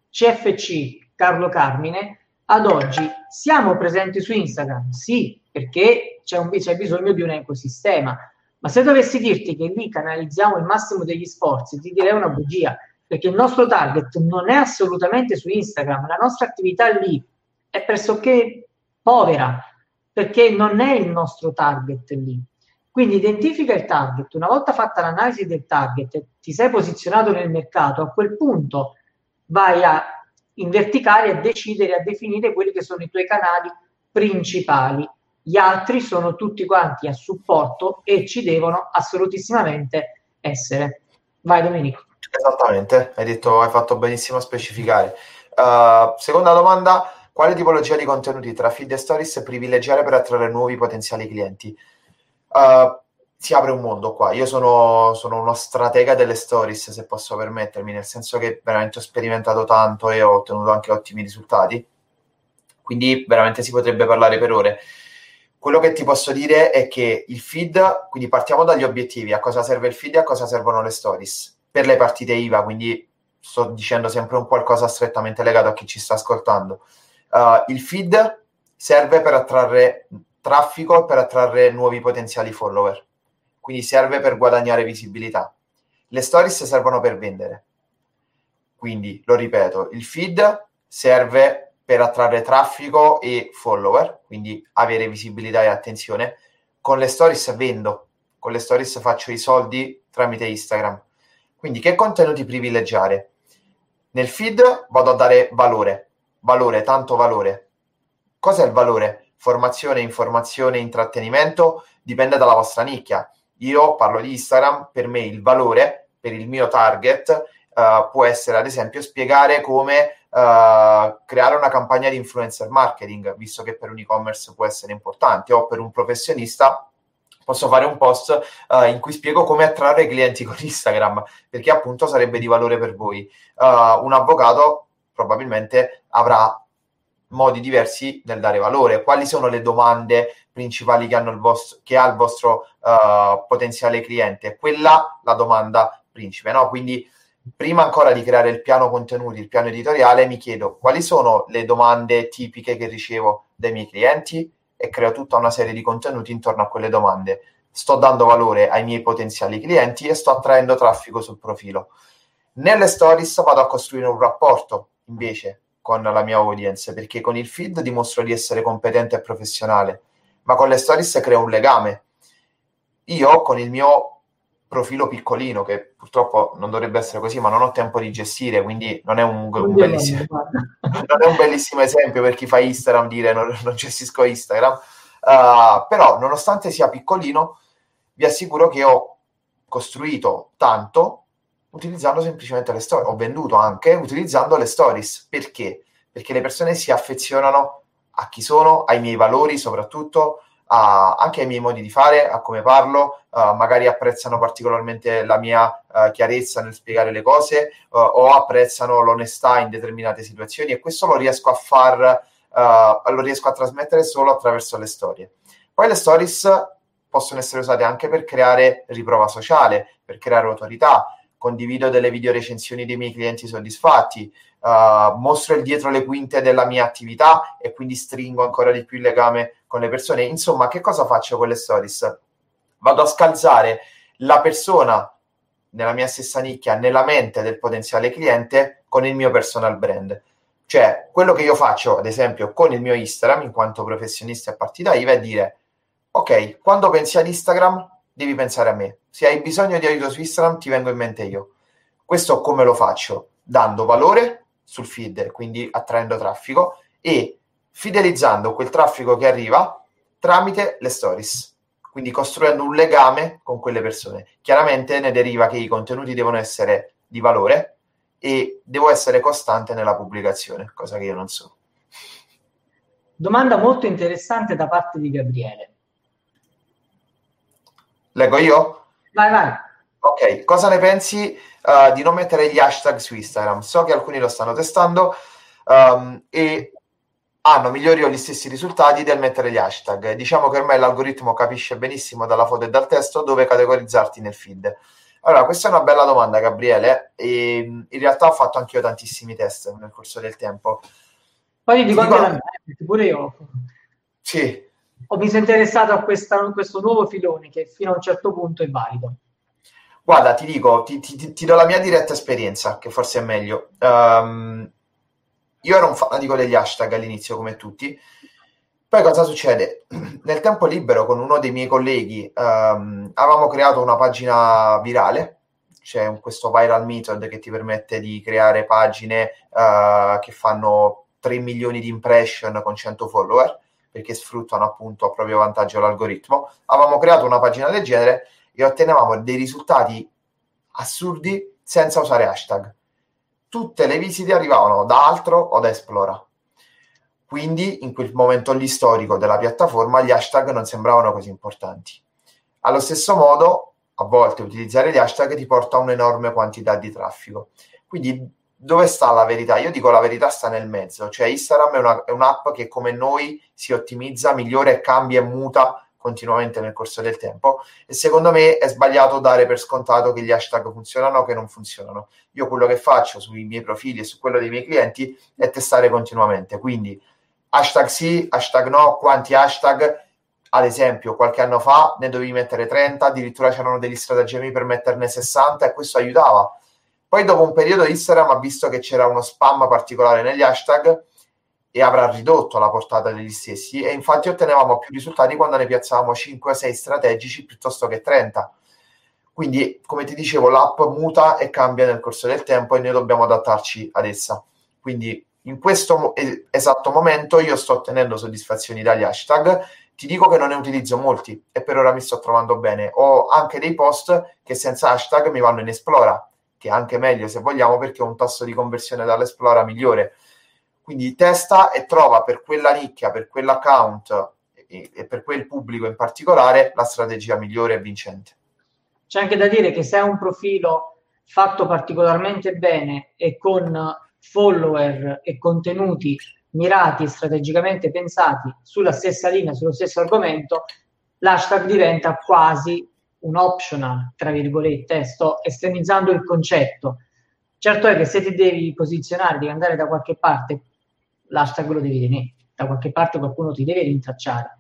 CFC Carlo Carmine, ad oggi siamo presenti su Instagram? Sì, perché c'è bisogno di un ecosistema. Ma se dovessi dirti che lì canalizziamo il massimo degli sforzi, ti direi una bugia, perché il nostro target non è assolutamente su Instagram. La nostra attività lì è pressoché povera, perché non è il nostro target lì. Quindi identifica il target, una volta fatta l'analisi del target, ti sei posizionato nel mercato, a quel punto vai in verticale a decidere, a definire quelli che sono i tuoi canali principali. Gli altri sono tutti quanti a supporto e ci devono assolutissimamente essere. Vai Domenico. Esattamente, hai fatto benissimo a specificare. Seconda domanda, quale tipologia di contenuti tra feed e stories privilegiare per attrarre nuovi potenziali clienti? Si apre un mondo qua. Io sono uno stratega delle stories, se posso permettermi, nel senso che veramente ho sperimentato tanto e ho ottenuto anche ottimi risultati, quindi veramente si potrebbe parlare per ore. Quello che ti posso dire è che il feed, quindi partiamo dagli obiettivi, a cosa serve il feed e a cosa servono le stories per le partite IVA, quindi sto dicendo sempre un qualcosa strettamente legato a chi ci sta ascoltando. Il feed serve per attrarre traffico e per attrarre nuovi potenziali follower, quindi serve per guadagnare visibilità. Le stories servono per vendere, quindi lo ripeto, il feed serve per attrarre traffico e follower, quindi avere visibilità e attenzione. Con le stories vendo, con le stories faccio i soldi tramite Instagram. Quindi che contenuti privilegiare? Nel feed vado a dare valore, tanto valore. Cos'è il valore? Formazione, informazione, intrattenimento, dipende dalla vostra nicchia. Io parlo di Instagram, per me il valore, per il mio target, può essere ad esempio spiegare come creare una campagna di influencer marketing, visto che per un e-commerce può essere importante, o per un professionista posso fare un post in cui spiego come attrarre clienti con Instagram, perché appunto sarebbe di valore per voi. Un avvocato probabilmente avrà modi diversi nel dare valore. Quali sono le domande principali che ha il vostro potenziale cliente? Quella la domanda principe, no? Quindi prima ancora di creare il piano contenuti, il piano editoriale, mi chiedo quali sono le domande tipiche che ricevo dai miei clienti e creo tutta una serie di contenuti intorno a quelle domande. Sto dando valore ai miei potenziali clienti e sto attraendo traffico sul profilo. Nelle stories vado a costruire un rapporto invece con la mia audience, perché con il feed dimostro di essere competente e professionale, ma con le stories creo un legame. Io con il mio profilo piccolino, che purtroppo non dovrebbe essere così, ma non ho tempo di gestire, quindi non è un bellissimo esempio per chi fa Instagram dire non gestisco Instagram, però nonostante sia piccolino vi assicuro che ho costruito tanto utilizzando semplicemente le stories, ho venduto anche utilizzando le stories. Perché? Perché le persone si affezionano a chi sono, ai miei valori soprattutto, anche ai miei modi di fare, a come parlo, magari apprezzano particolarmente la mia chiarezza nel spiegare le cose, o apprezzano l'onestà in determinate situazioni, e questo lo riesco a trasmettere solo attraverso le storie. Poi le stories possono essere usate anche per creare riprova sociale, per creare autorità. Condivido delle video recensioni dei miei clienti soddisfatti, mostro il dietro le quinte della mia attività e quindi stringo ancora di più il legame con le persone. Insomma, che cosa faccio con le stories? Vado a scalzare la persona nella mia stessa nicchia, nella mente del potenziale cliente, con il mio personal brand. Cioè, quello che io faccio, ad esempio, con il mio Instagram, in quanto professionista a partita IVA, è dire: ok, quando pensi ad Instagram devi pensare a me. Se hai bisogno di aiuto su Instagram ti vengo in mente io. Questo come lo faccio? Dando valore sul feed, quindi attraendo traffico, e fidelizzando quel traffico che arriva tramite le stories, quindi costruendo un legame con quelle persone. Chiaramente ne deriva che i contenuti devono essere di valore e devo essere costante nella pubblicazione, cosa che io non so. Domanda molto interessante da parte di Gabriele. Leggo io? Vai. Ok, cosa ne pensi di non mettere gli hashtag su Instagram? So che alcuni lo stanno testando e hanno migliori o gli stessi risultati del mettere gli hashtag. Diciamo che ormai l'algoritmo capisce benissimo dalla foto e dal testo dove categorizzarti nel feed. Allora, questa è una bella domanda, Gabriele, e in realtà ho fatto anch'io tantissimi test nel corso del tempo. Poi ti dico anche la mia, pure io. Sì. Mi sono interessato a questo nuovo filone che fino a un certo punto è valido. Guarda, ti dico, ti do la mia diretta esperienza, che forse è meglio. Io ero un fanatico degli hashtag all'inizio, come tutti. Poi cosa succede? Nel tempo libero, con uno dei miei colleghi, avevamo creato una pagina virale. C'è questo viral method che ti permette di creare pagine che fanno 3 milioni di impression con 100 follower, perché sfruttano appunto a proprio vantaggio l'algoritmo. Avevamo creato una pagina del genere e ottenevamo dei risultati assurdi senza usare hashtag. Tutte le visite arrivavano da altro o da Esplora. Quindi in quel momento lì storico della piattaforma gli hashtag non sembravano così importanti. Allo stesso modo, a volte utilizzare gli hashtag ti porta a un'enorme quantità di traffico. Quindi dove sta la verità? Io dico la verità sta nel mezzo, cioè Instagram è un'app che come noi si ottimizza, migliora e cambia e muta continuamente nel corso del tempo, e secondo me è sbagliato dare per scontato che gli hashtag funzionano o che non funzionano. Io quello che faccio sui miei profili e su quello dei miei clienti è testare continuamente, quindi hashtag sì, hashtag no, quanti hashtag. Ad esempio, qualche anno fa ne dovevi mettere 30, addirittura c'erano degli stratagemmi per metterne 60 e questo aiutava. Poi dopo un periodo Instagram ha visto che c'era uno spam particolare negli hashtag e avrà ridotto la portata degli stessi, e infatti ottenevamo più risultati quando ne piazzavamo 5 o 6 strategici piuttosto che 30. Quindi, come ti dicevo, l'app muta e cambia nel corso del tempo e noi dobbiamo adattarci ad essa. Quindi in questo esatto momento io sto ottenendo soddisfazioni dagli hashtag. Ti dico che non ne utilizzo molti e per ora mi sto trovando bene. Ho anche dei post che senza hashtag mi vanno in Esplora, che è anche meglio se vogliamo, perché ho un tasso di conversione dall'Esplora migliore. Quindi testa e trova per quella nicchia, per quell'account e per quel pubblico in particolare la strategia migliore e vincente. C'è anche da dire che se è un profilo fatto particolarmente bene e con follower e contenuti mirati e strategicamente pensati sulla stessa linea, sullo stesso argomento, l'hashtag diventa quasi un optional, tra virgolette. Sto estremizzando il concetto. Certo è che se ti devi posizionare, devi andare da qualche parte, l'hashtag lo devi tenere, da qualche parte qualcuno ti deve rintracciare.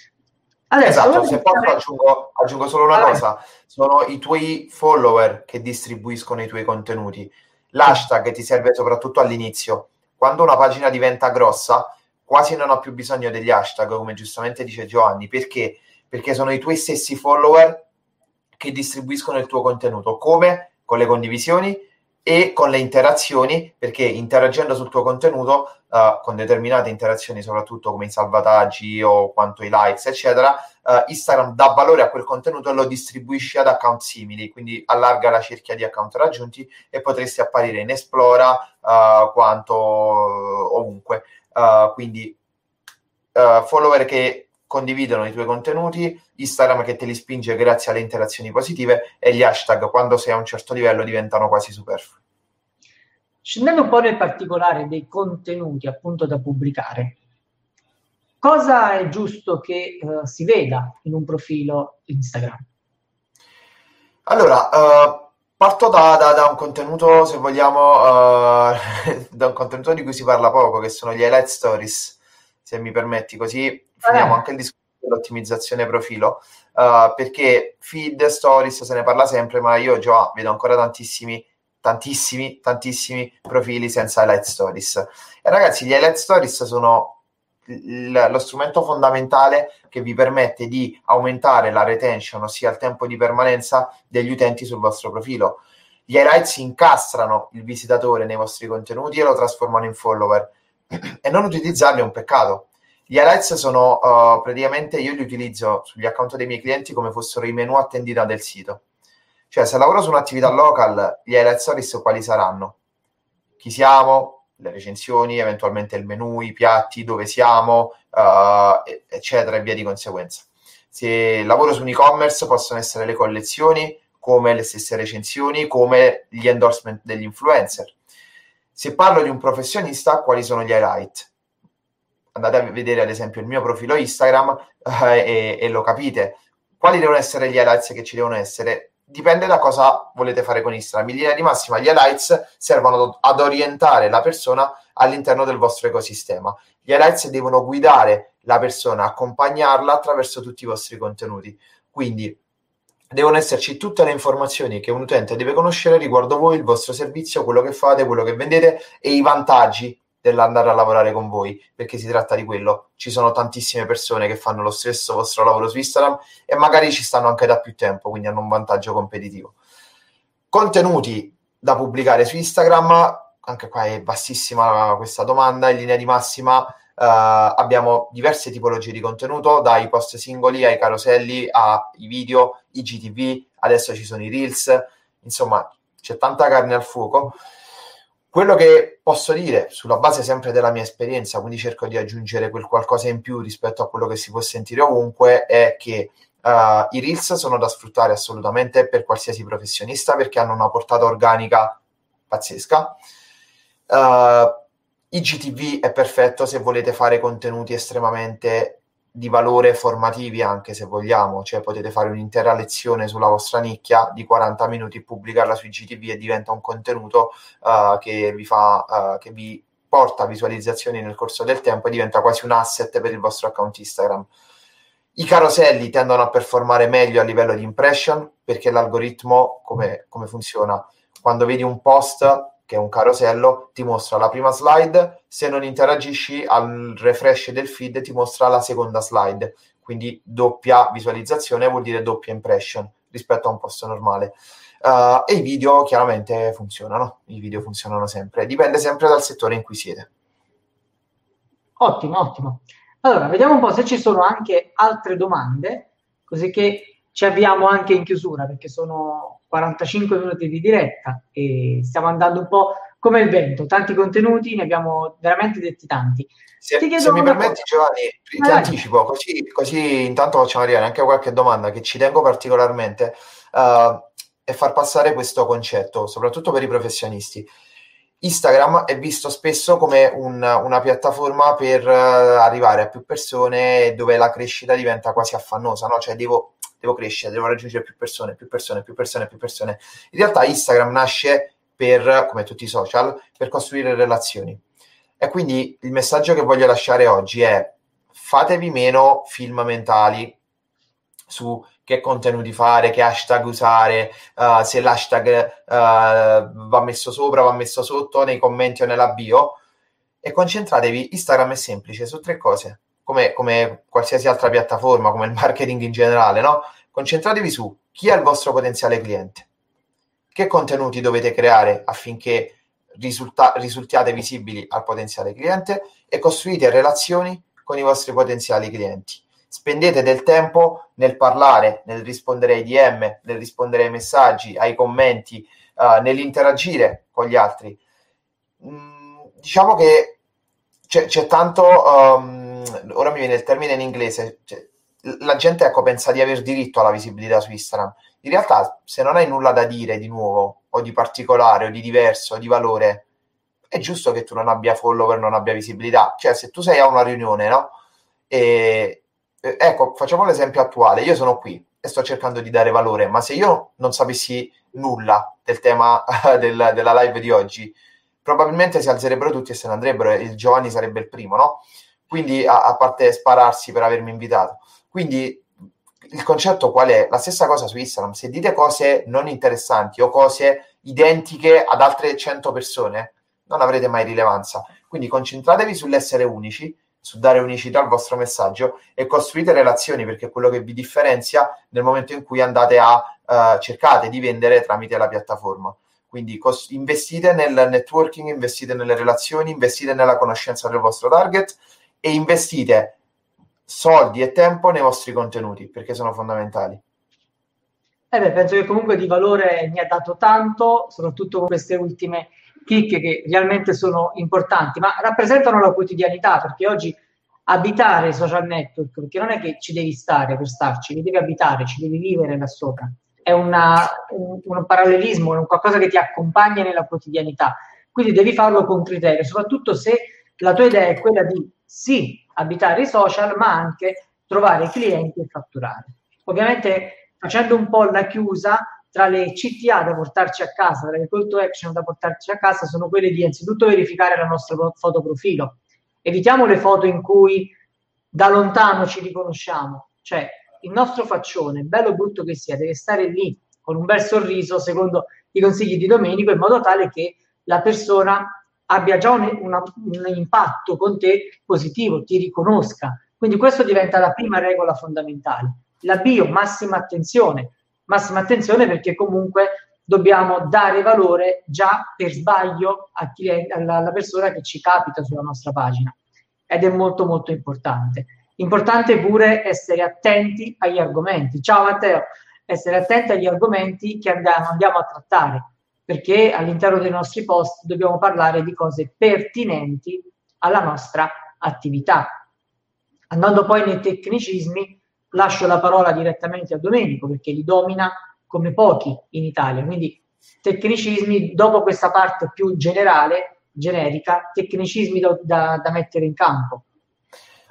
Adesso, esatto, se posso aggiungo solo una cosa, sono i tuoi follower che distribuiscono i tuoi contenuti. L'hashtag ti serve soprattutto all'inizio. Quando una pagina diventa grossa, quasi non ha più bisogno degli hashtag, come giustamente dice Giovanni. Perché? Perché sono i tuoi stessi follower che distribuiscono il tuo contenuto, come con le condivisioni e con le interazioni, perché interagendo sul tuo contenuto, con determinate interazioni, soprattutto come i salvataggi o quanto i likes, eccetera, Instagram dà valore a quel contenuto e lo distribuisce ad account simili, quindi allarga la cerchia di account raggiunti e potresti apparire in Esplora quanto ovunque. Quindi follower che condividono i tuoi contenuti, Instagram che te li spinge grazie alle interazioni positive, e gli hashtag quando sei a un certo livello diventano quasi superflui. Scendendo un po' nel particolare dei contenuti appunto da pubblicare, cosa è giusto che si veda in un profilo Instagram? Allora, parto da un contenuto, se vogliamo, da un contenuto di cui si parla poco, che sono gli highlight stories, se mi permetti, così finiamo anche il discorso dell'ottimizzazione profilo, perché feed, stories, se ne parla sempre, ma io già vedo ancora tantissimi profili senza highlight stories. E ragazzi, gli highlight stories sono lo strumento fondamentale che vi permette di aumentare la retention, ossia il tempo di permanenza degli utenti sul vostro profilo. Gli highlights incastrano il visitatore nei vostri contenuti e lo trasformano in follower, e non utilizzarli è un peccato. Gli highlights sono praticamente, io li utilizzo sugli account dei miei clienti come fossero i menu a tendina del sito. Cioè, se lavoro su un'attività local, gli highlight stories quali saranno? Chi siamo, le recensioni, eventualmente il menu, i piatti, dove siamo, eccetera, e via di conseguenza. Se lavoro su un e-commerce, possono essere le collezioni, come le stesse recensioni, come gli endorsement degli influencer. Se parlo di un professionista, quali sono gli highlight? Andate a vedere ad esempio il mio profilo Instagram e lo capite. Quali devono essere gli highlights che ci devono essere? Dipende da cosa volete fare con Instagram. In linea di massima, gli highlights servono ad orientare la persona all'interno del vostro ecosistema. Gli highlights devono guidare la persona, accompagnarla attraverso tutti i vostri contenuti. Quindi devono esserci tutte le informazioni che un utente deve conoscere riguardo voi, il vostro servizio, quello che fate, quello che vendete e i vantaggi dell'andare a lavorare con voi, perché si tratta di quello. Ci sono tantissime persone che fanno lo stesso vostro lavoro su Instagram e magari ci stanno anche da più tempo, quindi hanno un vantaggio competitivo. Contenuti da pubblicare su Instagram, anche qua è bassissima questa domanda. In linea di massima abbiamo diverse tipologie di contenuto, dai post singoli ai caroselli, ai video, i GTV, adesso ci sono i Reels, insomma c'è tanta carne al fuoco. Quello che posso dire, sulla base sempre della mia esperienza, quindi cerco di aggiungere quel qualcosa in più rispetto a quello che si può sentire ovunque, è che i Reels sono da sfruttare assolutamente per qualsiasi professionista, perché hanno una portata organica pazzesca. IGTV è perfetto se volete fare contenuti estremamente di valore formativi anche, se vogliamo, cioè potete fare un'intera lezione sulla vostra nicchia di 40 minuti, pubblicarla su IGTV e diventa un contenuto che vi porta visualizzazioni nel corso del tempo e diventa quasi un asset per il vostro account Instagram. I caroselli tendono a performare meglio a livello di impression, perché l'algoritmo, come funziona? Quando vedi un post che è un carosello, ti mostra la prima slide, se non interagisci al refresh del feed ti mostra la seconda slide, quindi doppia visualizzazione vuol dire doppia impression rispetto a un post normale. E i video chiaramente funzionano, i video funzionano sempre, dipende sempre dal settore in cui siete. Ottimo, ottimo. Allora, vediamo un po' se ci sono anche altre domande, così che ci avviamo anche in chiusura, perché sono 45 minuti di diretta e stiamo andando un po' come il vento. Tanti contenuti, ne abbiamo veramente detti tanti. Se mi permetti, Giovanni, ti anticipo, così intanto facciamo arrivare anche qualche domanda che ci tengo particolarmente, e far passare questo concetto, soprattutto per i professionisti. Instagram è visto spesso come una piattaforma per arrivare a più persone, dove la crescita diventa quasi affannosa, no? Cioè devo crescere, devo raggiungere più persone. In realtà Instagram nasce come tutti i social, per costruire relazioni. E quindi il messaggio che voglio lasciare oggi è: fatevi meno film mentali su che contenuti fare, che hashtag usare, se l'hashtag va messo sopra, va messo sotto, nei commenti o nella bio, e concentratevi. Instagram è semplice, su 3 cose, come qualsiasi altra piattaforma, come il marketing in generale, no? Concentratevi su chi è il vostro potenziale cliente, che contenuti dovete creare affinché risultiate visibili al potenziale cliente, e costruite relazioni con i vostri potenziali clienti. Spendete del tempo nel parlare, nel rispondere ai DM, nel rispondere ai messaggi, ai commenti, nell'interagire con gli altri. Diciamo che c'è tanto, ora mi viene il termine in inglese, la gente pensa di aver diritto alla visibilità su Instagram. In realtà, se non hai nulla da dire di nuovo, o di particolare, o di diverso, o di valore, è giusto che tu non abbia follower, non abbia visibilità. Cioè, se tu sei a una riunione, no? Ecco, facciamo l'esempio attuale. Io sono qui e sto cercando di dare valore, ma se io non sapessi nulla del tema della live di oggi, probabilmente si alzerebbero tutti e se ne andrebbero, e il Giovanni sarebbe il primo, no? Quindi, a parte spararsi per avermi invitato. Quindi il concetto qual è? La stessa cosa su Instagram. Se dite cose non interessanti o cose identiche ad altre 100 persone, non avrete mai rilevanza. Quindi concentratevi sull'essere unici, su dare unicità al vostro messaggio, e costruite relazioni, perché è quello che vi differenzia nel momento in cui andate cercate di vendere tramite la piattaforma. Quindi investite nel networking, investite nelle relazioni, investite nella conoscenza del vostro target, e investite soldi e tempo nei vostri contenuti, perché sono fondamentali. Penso che comunque di valore mi ha dato tanto, soprattutto con queste ultime chicche che realmente sono importanti, ma rappresentano la quotidianità, perché oggi abitare i social network, perché non è che ci devi stare per starci, li devi abitare, ci devi vivere là sopra. È un parallelismo, è un qualcosa che ti accompagna nella quotidianità. Quindi devi farlo con criterio, soprattutto se la tua idea è quella di sì, abitare i social, ma anche trovare clienti e fatturare. Ovviamente facendo un po' la chiusa, tra le CTA da portarci a casa, tra le call to action da portarci a casa, sono quelle di innanzitutto verificare la nostra fotoprofilo. Evitiamo le foto in cui da lontano ci riconosciamo, cioè il nostro faccione, bello o brutto che sia, deve stare lì con un bel sorriso, secondo i consigli di Domenico, in modo tale che la persona abbia già un impatto con te positivo, ti riconosca. Quindi questo diventa la prima regola fondamentale. La bio, massima attenzione perché comunque dobbiamo dare valore già per sbaglio alla persona che ci capita sulla nostra pagina, ed è molto molto importante. Importante pure essere attenti agli argomenti. Ciao Matteo, essere attenti agli argomenti che andiamo a trattare, perché all'interno dei nostri post dobbiamo parlare di cose pertinenti alla nostra attività. Andando poi nei tecnicismi, lascio la parola direttamente a Domenico, perché li domina come pochi in Italia. Quindi tecnicismi, dopo questa parte più generale, generica, tecnicismi da mettere in campo.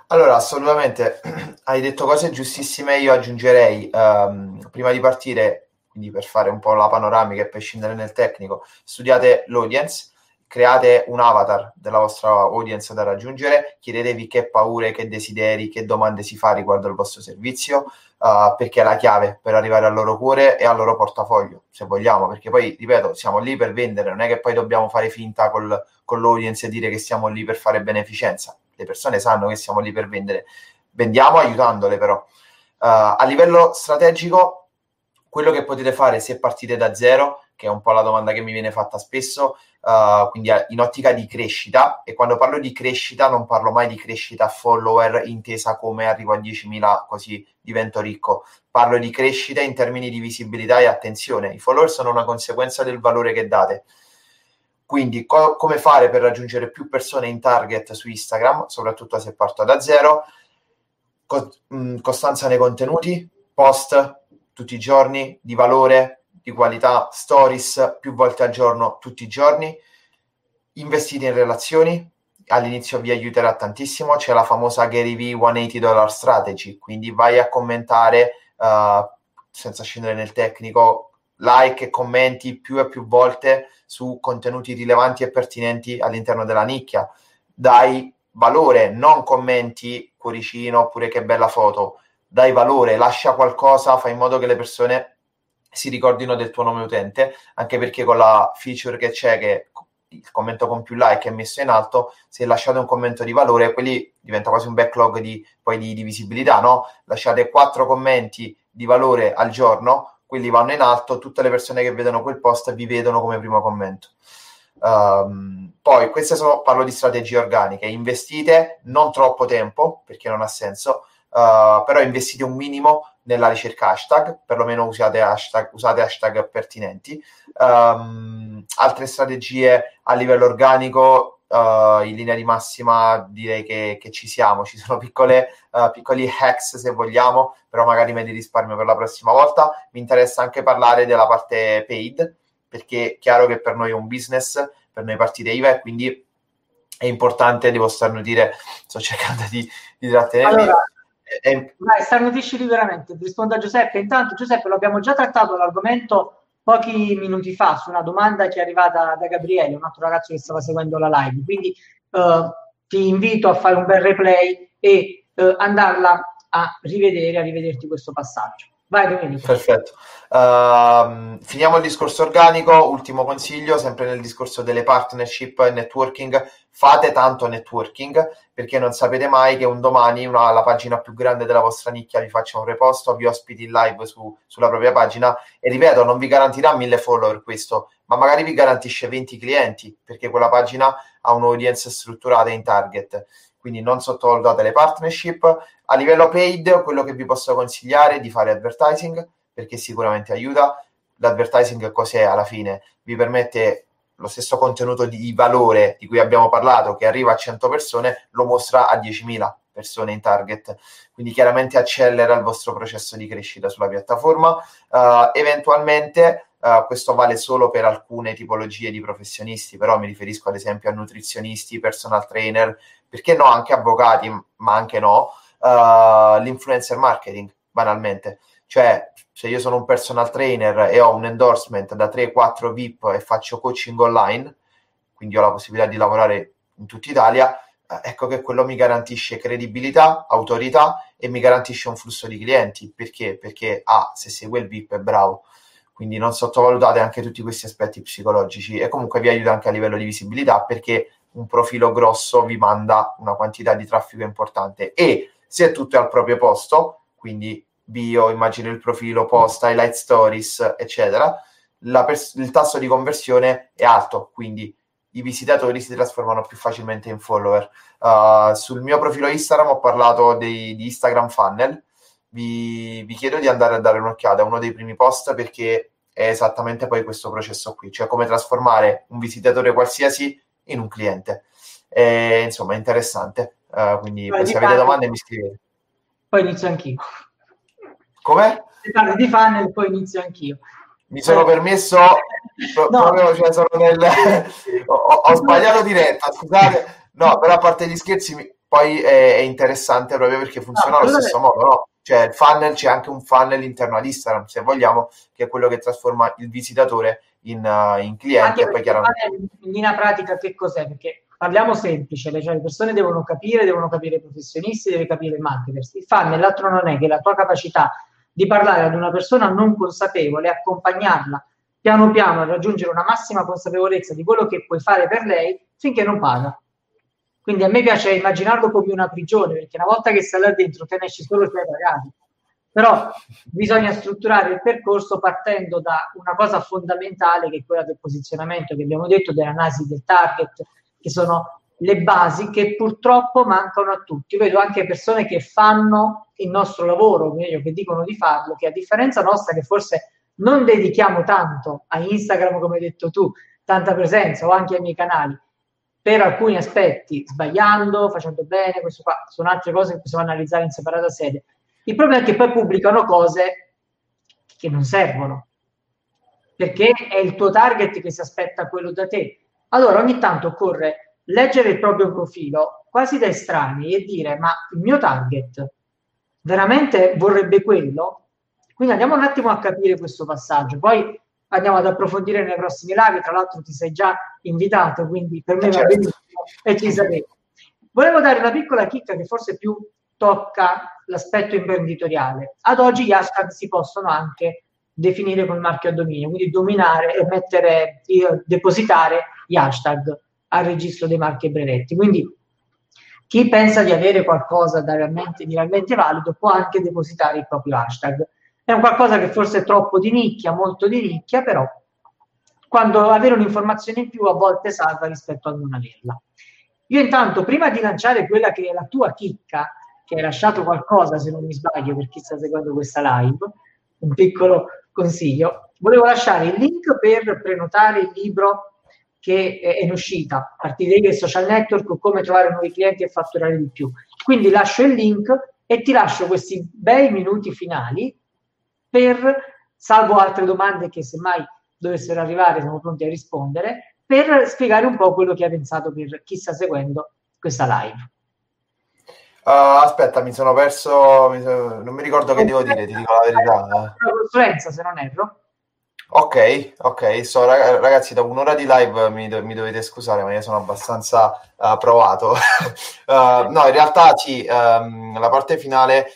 Allora, assolutamente, hai detto cose giustissime. Io aggiungerei, prima di partire, quindi per fare un po' la panoramica e poi scendere nel tecnico, studiate l'audience, create un avatar della vostra audience da raggiungere, chiedetevi che paure, che desideri, che domande si fa riguardo al vostro servizio, perché è la chiave per arrivare al loro cuore e al loro portafoglio, se vogliamo, perché poi, ripeto, siamo lì per vendere, non è che poi dobbiamo fare finta con l'audience e dire che siamo lì per fare beneficenza. Le persone sanno che siamo lì per vendere, vendiamo aiutandole però. A livello strategico, quello che potete fare se partite da zero, che è un po' la domanda che mi viene fatta spesso, quindi in ottica di crescita, e quando parlo di crescita non parlo mai di crescita follower intesa come arrivo a 10.000 così divento ricco, parlo di crescita in termini di visibilità e attenzione. I follower sono una conseguenza del valore che date. Quindi come fare per raggiungere più persone in target su Instagram, soprattutto se parto da zero? Costanza nei contenuti, post tutti i giorni, di valore, di qualità, stories più volte al giorno, tutti i giorni. Investite in relazioni, all'inizio vi aiuterà tantissimo. C'è la famosa Gary V $180 strategy, quindi vai a commentare, senza scendere nel tecnico, like e commenti più e più volte su contenuti rilevanti e pertinenti all'interno della nicchia. Dai valore, non commenti cuoricino oppure che bella foto, dai valore, lascia qualcosa, fai in modo che le persone si ricordino del tuo nome utente, anche perché con la feature che c'è, che il commento con più like è messo in alto, se lasciate un commento di valore, quelli diventa quasi un backlog di visibilità, no? Lasciate 4 commenti di valore al giorno, quelli vanno in alto, tutte le persone che vedono quel post vi vedono come primo commento. Poi parlo di strategie organiche, investite non troppo tempo perché non ha senso, però investite un minimo nella ricerca hashtag, perlomeno usate hashtag pertinenti. Altre strategie a livello organico, in linea di massima direi che ci siamo, ci sono piccoli hacks se vogliamo, però magari me li risparmio per la prossima volta. Mi interessa anche parlare della parte paid, perché è chiaro che per noi è un business, per noi partite IVA, e quindi è importante, devo starnutire, sto cercando di trattenermi. Allora, vai, starnutisci liberamente, rispondo a Giuseppe. Intanto Giuseppe, lo abbiamo già trattato l'argomento pochi minuti fa su una domanda che è arrivata da Gabriele, un altro ragazzo che stava seguendo la live, quindi ti invito a fare un bel replay e andarla a rivedere, a rivederti questo passaggio. Vai Domenico. Perfetto. Finiamo il discorso organico. Ultimo consiglio, sempre nel discorso delle partnership e networking: fate tanto networking, perché non sapete mai che un domani la pagina più grande della vostra nicchia vi faccia un repost o vi ospiti in live sulla propria pagina, e ripeto, non vi garantirà 1000 follower questo, ma magari vi garantisce 20 clienti, perché quella pagina ha un'audience strutturata in target. Quindi non sottovalutate le partnership. A livello paid, quello che vi posso consigliare è di fare advertising, perché sicuramente aiuta. L'advertising cos'è alla fine? Vi permette lo stesso contenuto di valore di cui abbiamo parlato, che arriva a 100 persone, lo mostra a 10.000 persone in target. Quindi chiaramente accelera il vostro processo di crescita sulla piattaforma. Eventualmente, questo vale solo per alcune tipologie di professionisti, però mi riferisco ad esempio a nutrizionisti, personal trainer, perché no, anche avvocati, ma anche no, l'influencer marketing, banalmente. Cioè, se io sono un personal trainer e ho un endorsement da 3-4 VIP e faccio coaching online, quindi ho la possibilità di lavorare in tutta Italia, ecco che quello mi garantisce credibilità, autorità e mi garantisce un flusso di clienti. Perché? Perché se segue il VIP è bravo. Quindi non sottovalutate anche tutti questi aspetti psicologici, e comunque vi aiuta anche a livello di visibilità, perché un profilo grosso vi manda una quantità di traffico importante, e se tutto è al proprio posto, quindi bio, immagino il profilo, post, highlight stories, eccetera, il tasso di conversione è alto, quindi i visitatori si trasformano più facilmente in follower. Sul mio profilo Instagram ho parlato di Instagram Funnel. Vi chiedo di andare a dare un'occhiata, è uno dei primi post, perché è esattamente poi questo processo qui, cioè come trasformare un visitatore qualsiasi in un cliente. Insomma, è interessante. Quindi se avete domande mi scrivete. Poi inizio anch'io. Come? Se parli di funnel, poi inizio anch'io. Mi sono permesso, proprio, cioè ho sbagliato diretta, scusate. No, però a parte gli scherzi, poi è interessante proprio perché funziona allo stesso modo, no? Cioè il funnel, c'è anche un funnel interno ad Instagram, se vogliamo, che è quello che trasforma il visitatore in cliente. E poi chiaramente in linea pratica che cos'è? Perché parliamo semplice, cioè le persone devono capire i professionisti, deve capire il marketer. Il funnel, l'altro non è che la tua capacità di parlare ad una persona non consapevole, accompagnarla piano piano a raggiungere una massima consapevolezza di quello che puoi fare per lei finché non paga. Quindi a me piace immaginarlo come una prigione, perché una volta che stai là dentro te ne esci solo se hai pagato. Però bisogna strutturare il percorso partendo da una cosa fondamentale, che è quella del posizionamento che abbiamo detto, dell'analisi del target, che sono le basi che purtroppo mancano a tutti. Io vedo anche persone che fanno il nostro lavoro, o meglio, che dicono di farlo, che a differenza nostra, che forse non dedichiamo tanto a Instagram, come hai detto tu, tanta presenza, o anche ai miei canali, per alcuni aspetti, sbagliando, facendo bene, questo qua sono altre cose che possiamo analizzare in separata sede. Il problema è che poi pubblicano cose che non servono, perché è il tuo target che si aspetta quello da te. Allora ogni tanto occorre leggere il proprio profilo quasi da estranei e dire: ma il mio target veramente vorrebbe quello? Quindi andiamo un attimo a capire questo passaggio, poi andiamo ad approfondire nei prossimi live. Tra l'altro ti sei già invitato, quindi per me va benissimo e ci saremo. Volevo dare una piccola chicca che forse più tocca l'aspetto imprenditoriale. Ad oggi gli hashtag si possono anche definire col marchio a dominio, quindi dominare e depositare gli hashtag al registro dei marchi e brevetti. Quindi chi pensa di avere qualcosa di realmente valido può anche depositare il proprio hashtag. È un qualcosa che forse è troppo di nicchia, molto di nicchia, però quando avere un'informazione in più a volte salva rispetto a non averla. Io intanto, prima di lanciare quella che è la tua chicca, che hai lasciato qualcosa se non mi sbaglio per chi sta seguendo questa live, un piccolo consiglio, volevo lasciare il link per prenotare il libro che è in uscita, a partire dai social network, come trovare nuovi clienti e fatturare di più. Quindi lascio il link e ti lascio questi bei minuti finali per, salvo altre domande che semmai dovessero arrivare, siamo pronti a rispondere, per spiegare un po' quello che hai pensato per chi sta seguendo questa live. Aspetta, mi sono perso, non mi ricordo che devo dire, ti dico la verità. Una consulenza, se non erro. Ok, ragazzi, dopo un'ora di live mi dovete scusare, ma io sono abbastanza provato. No, in realtà sì, la parte finale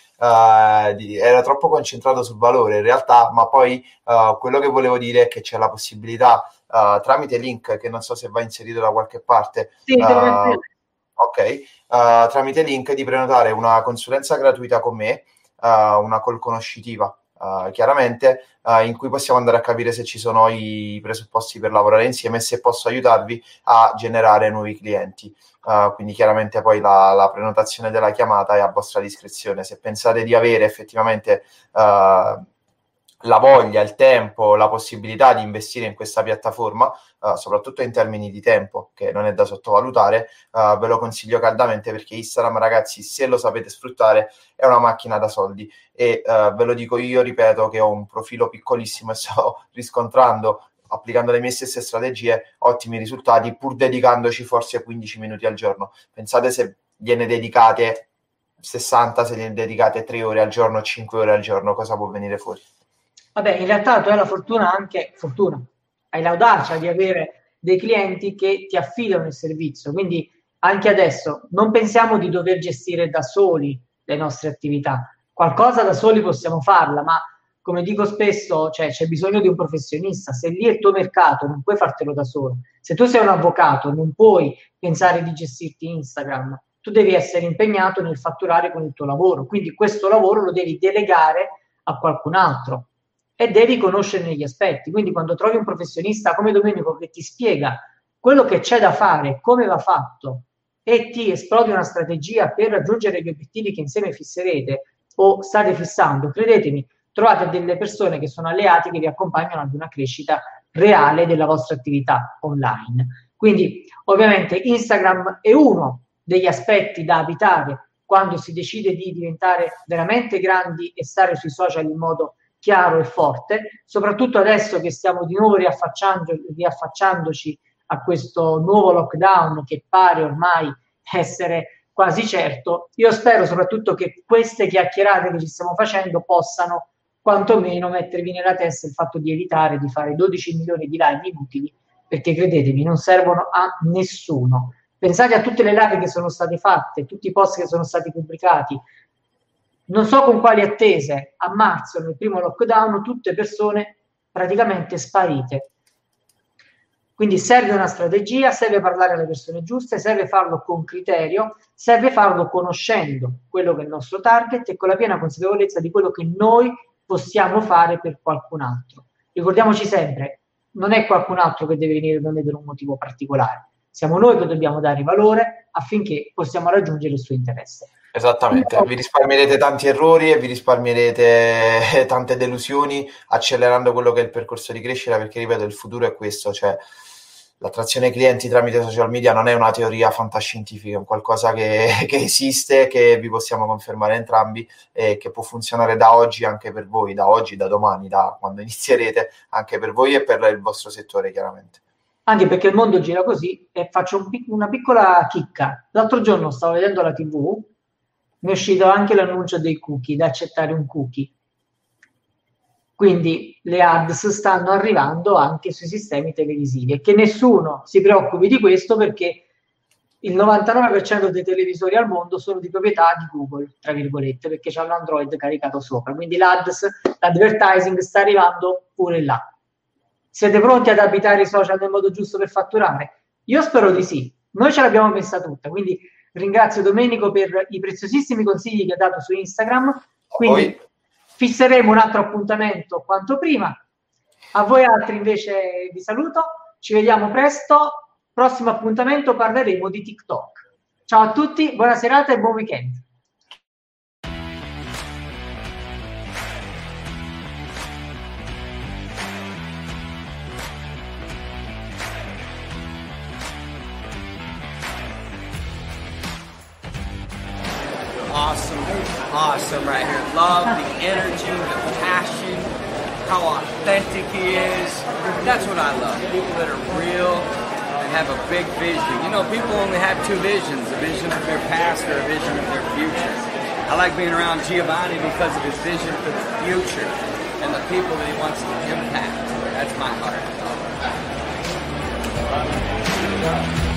era troppo concentrato sul valore in realtà, ma poi quello che volevo dire è che c'è la possibilità tramite link, che non so se va inserito da qualche parte. Sì, ok, tramite link di prenotare una consulenza gratuita con me, una call conoscitiva. Chiaramente in cui possiamo andare a capire se ci sono i presupposti per lavorare insieme e se posso aiutarvi a generare nuovi clienti. Quindi chiaramente poi la prenotazione della chiamata è a vostra discrezione. Se pensate di avere effettivamente la voglia, il tempo, la possibilità di investire in questa piattaforma, soprattutto in termini di tempo, che non è da sottovalutare, ve lo consiglio caldamente, perché Instagram, ragazzi, se lo sapete sfruttare, è una macchina da soldi. E ve lo dico io, ripeto, che ho un profilo piccolissimo e sto riscontrando, applicando le mie stesse strategie, ottimi risultati, pur dedicandoci forse 15 minuti al giorno. Pensate se gliene dedicate 60, se gliene dedicate 3 ore al giorno, 5 ore al giorno, cosa può venire fuori? Vabbè, in realtà tu hai la fortuna, hai l'audacia di avere dei clienti che ti affidano il servizio, quindi anche adesso non pensiamo di dover gestire da soli le nostre attività. Qualcosa da soli possiamo farla, ma come dico spesso, c'è bisogno di un professionista. Se lì è il tuo mercato, non puoi fartelo da solo. Se tu sei un avvocato, non puoi pensare di gestirti Instagram. Tu devi essere impegnato nel fatturare con il tuo lavoro, quindi questo lavoro lo devi delegare a qualcun altro e devi conoscerne gli aspetti. Quindi quando trovi un professionista come Domenico che ti spiega quello che c'è da fare, come va fatto, e ti esplodi una strategia per raggiungere gli obiettivi che insieme fisserete o state fissando, credetemi, trovate delle persone che sono alleati, che vi accompagnano ad una crescita reale della vostra attività online. Quindi ovviamente Instagram è uno degli aspetti da abitare quando si decide di diventare veramente grandi e stare sui social in modo chiaro e forte, soprattutto adesso che stiamo di nuovo riaffacciandoci a questo nuovo lockdown che pare ormai essere quasi certo. Io spero soprattutto che queste chiacchierate che ci stiamo facendo possano quantomeno mettervi nella testa il fatto di evitare di fare 12 milioni di live inutili, perché credetemi, non servono a nessuno. Pensate a tutte le live che sono state fatte, tutti i post che sono stati pubblicati, non so con quali attese, a marzo, nel primo lockdown, tutte persone praticamente sparite. Quindi serve una strategia, serve parlare alle persone giuste, serve farlo con criterio, serve farlo conoscendo quello che è il nostro target e con la piena consapevolezza di quello che noi possiamo fare per qualcun altro. Ricordiamoci sempre, non è qualcun altro che deve venire da noi per un motivo particolare, siamo noi che dobbiamo dare valore affinché possiamo raggiungere il suo interesse. Esattamente, vi risparmierete tanti errori e vi risparmierete tante delusioni accelerando quello che è il percorso di crescita, perché ripeto, il futuro è questo, cioè l'attrazione clienti tramite social media non è una teoria fantascientifica, è un qualcosa che esiste, che vi possiamo confermare entrambi e che può funzionare da oggi anche per voi, da oggi, da domani, da quando inizierete, anche per voi e per il vostro settore chiaramente. Anche perché il mondo gira così, e faccio una piccola chicca. L'altro giorno stavo vedendo la TV, mi è uscito anche l'annuncio dei cookie, da accettare un cookie. Quindi le ads stanno arrivando anche sui sistemi televisivi e che nessuno si preoccupi di questo, perché il 99% dei televisori al mondo sono di proprietà di Google, tra virgolette, perché c'hanno Android caricato sopra. Quindi l'advertising sta arrivando pure là. Siete pronti ad abitare i social nel modo giusto per fatturare? Io spero di sì. Noi ce l'abbiamo messa tutta, quindi ringrazio Domenico per i preziosissimi consigli che ha dato su Instagram. Quindi fisseremo un altro appuntamento quanto prima. A voi altri invece vi saluto, ci vediamo presto. Prossimo appuntamento parleremo di TikTok. Ciao a tutti, buona serata e buon weekend. Awesome right here. Love the energy, the passion, how authentic he is. That's what I love. People that are real and have a big vision. You know, people only have two visions, a vision of their past or a vision of their future. I like being around Giovanni because of his vision for the future and the people that he wants to impact. That's my heart.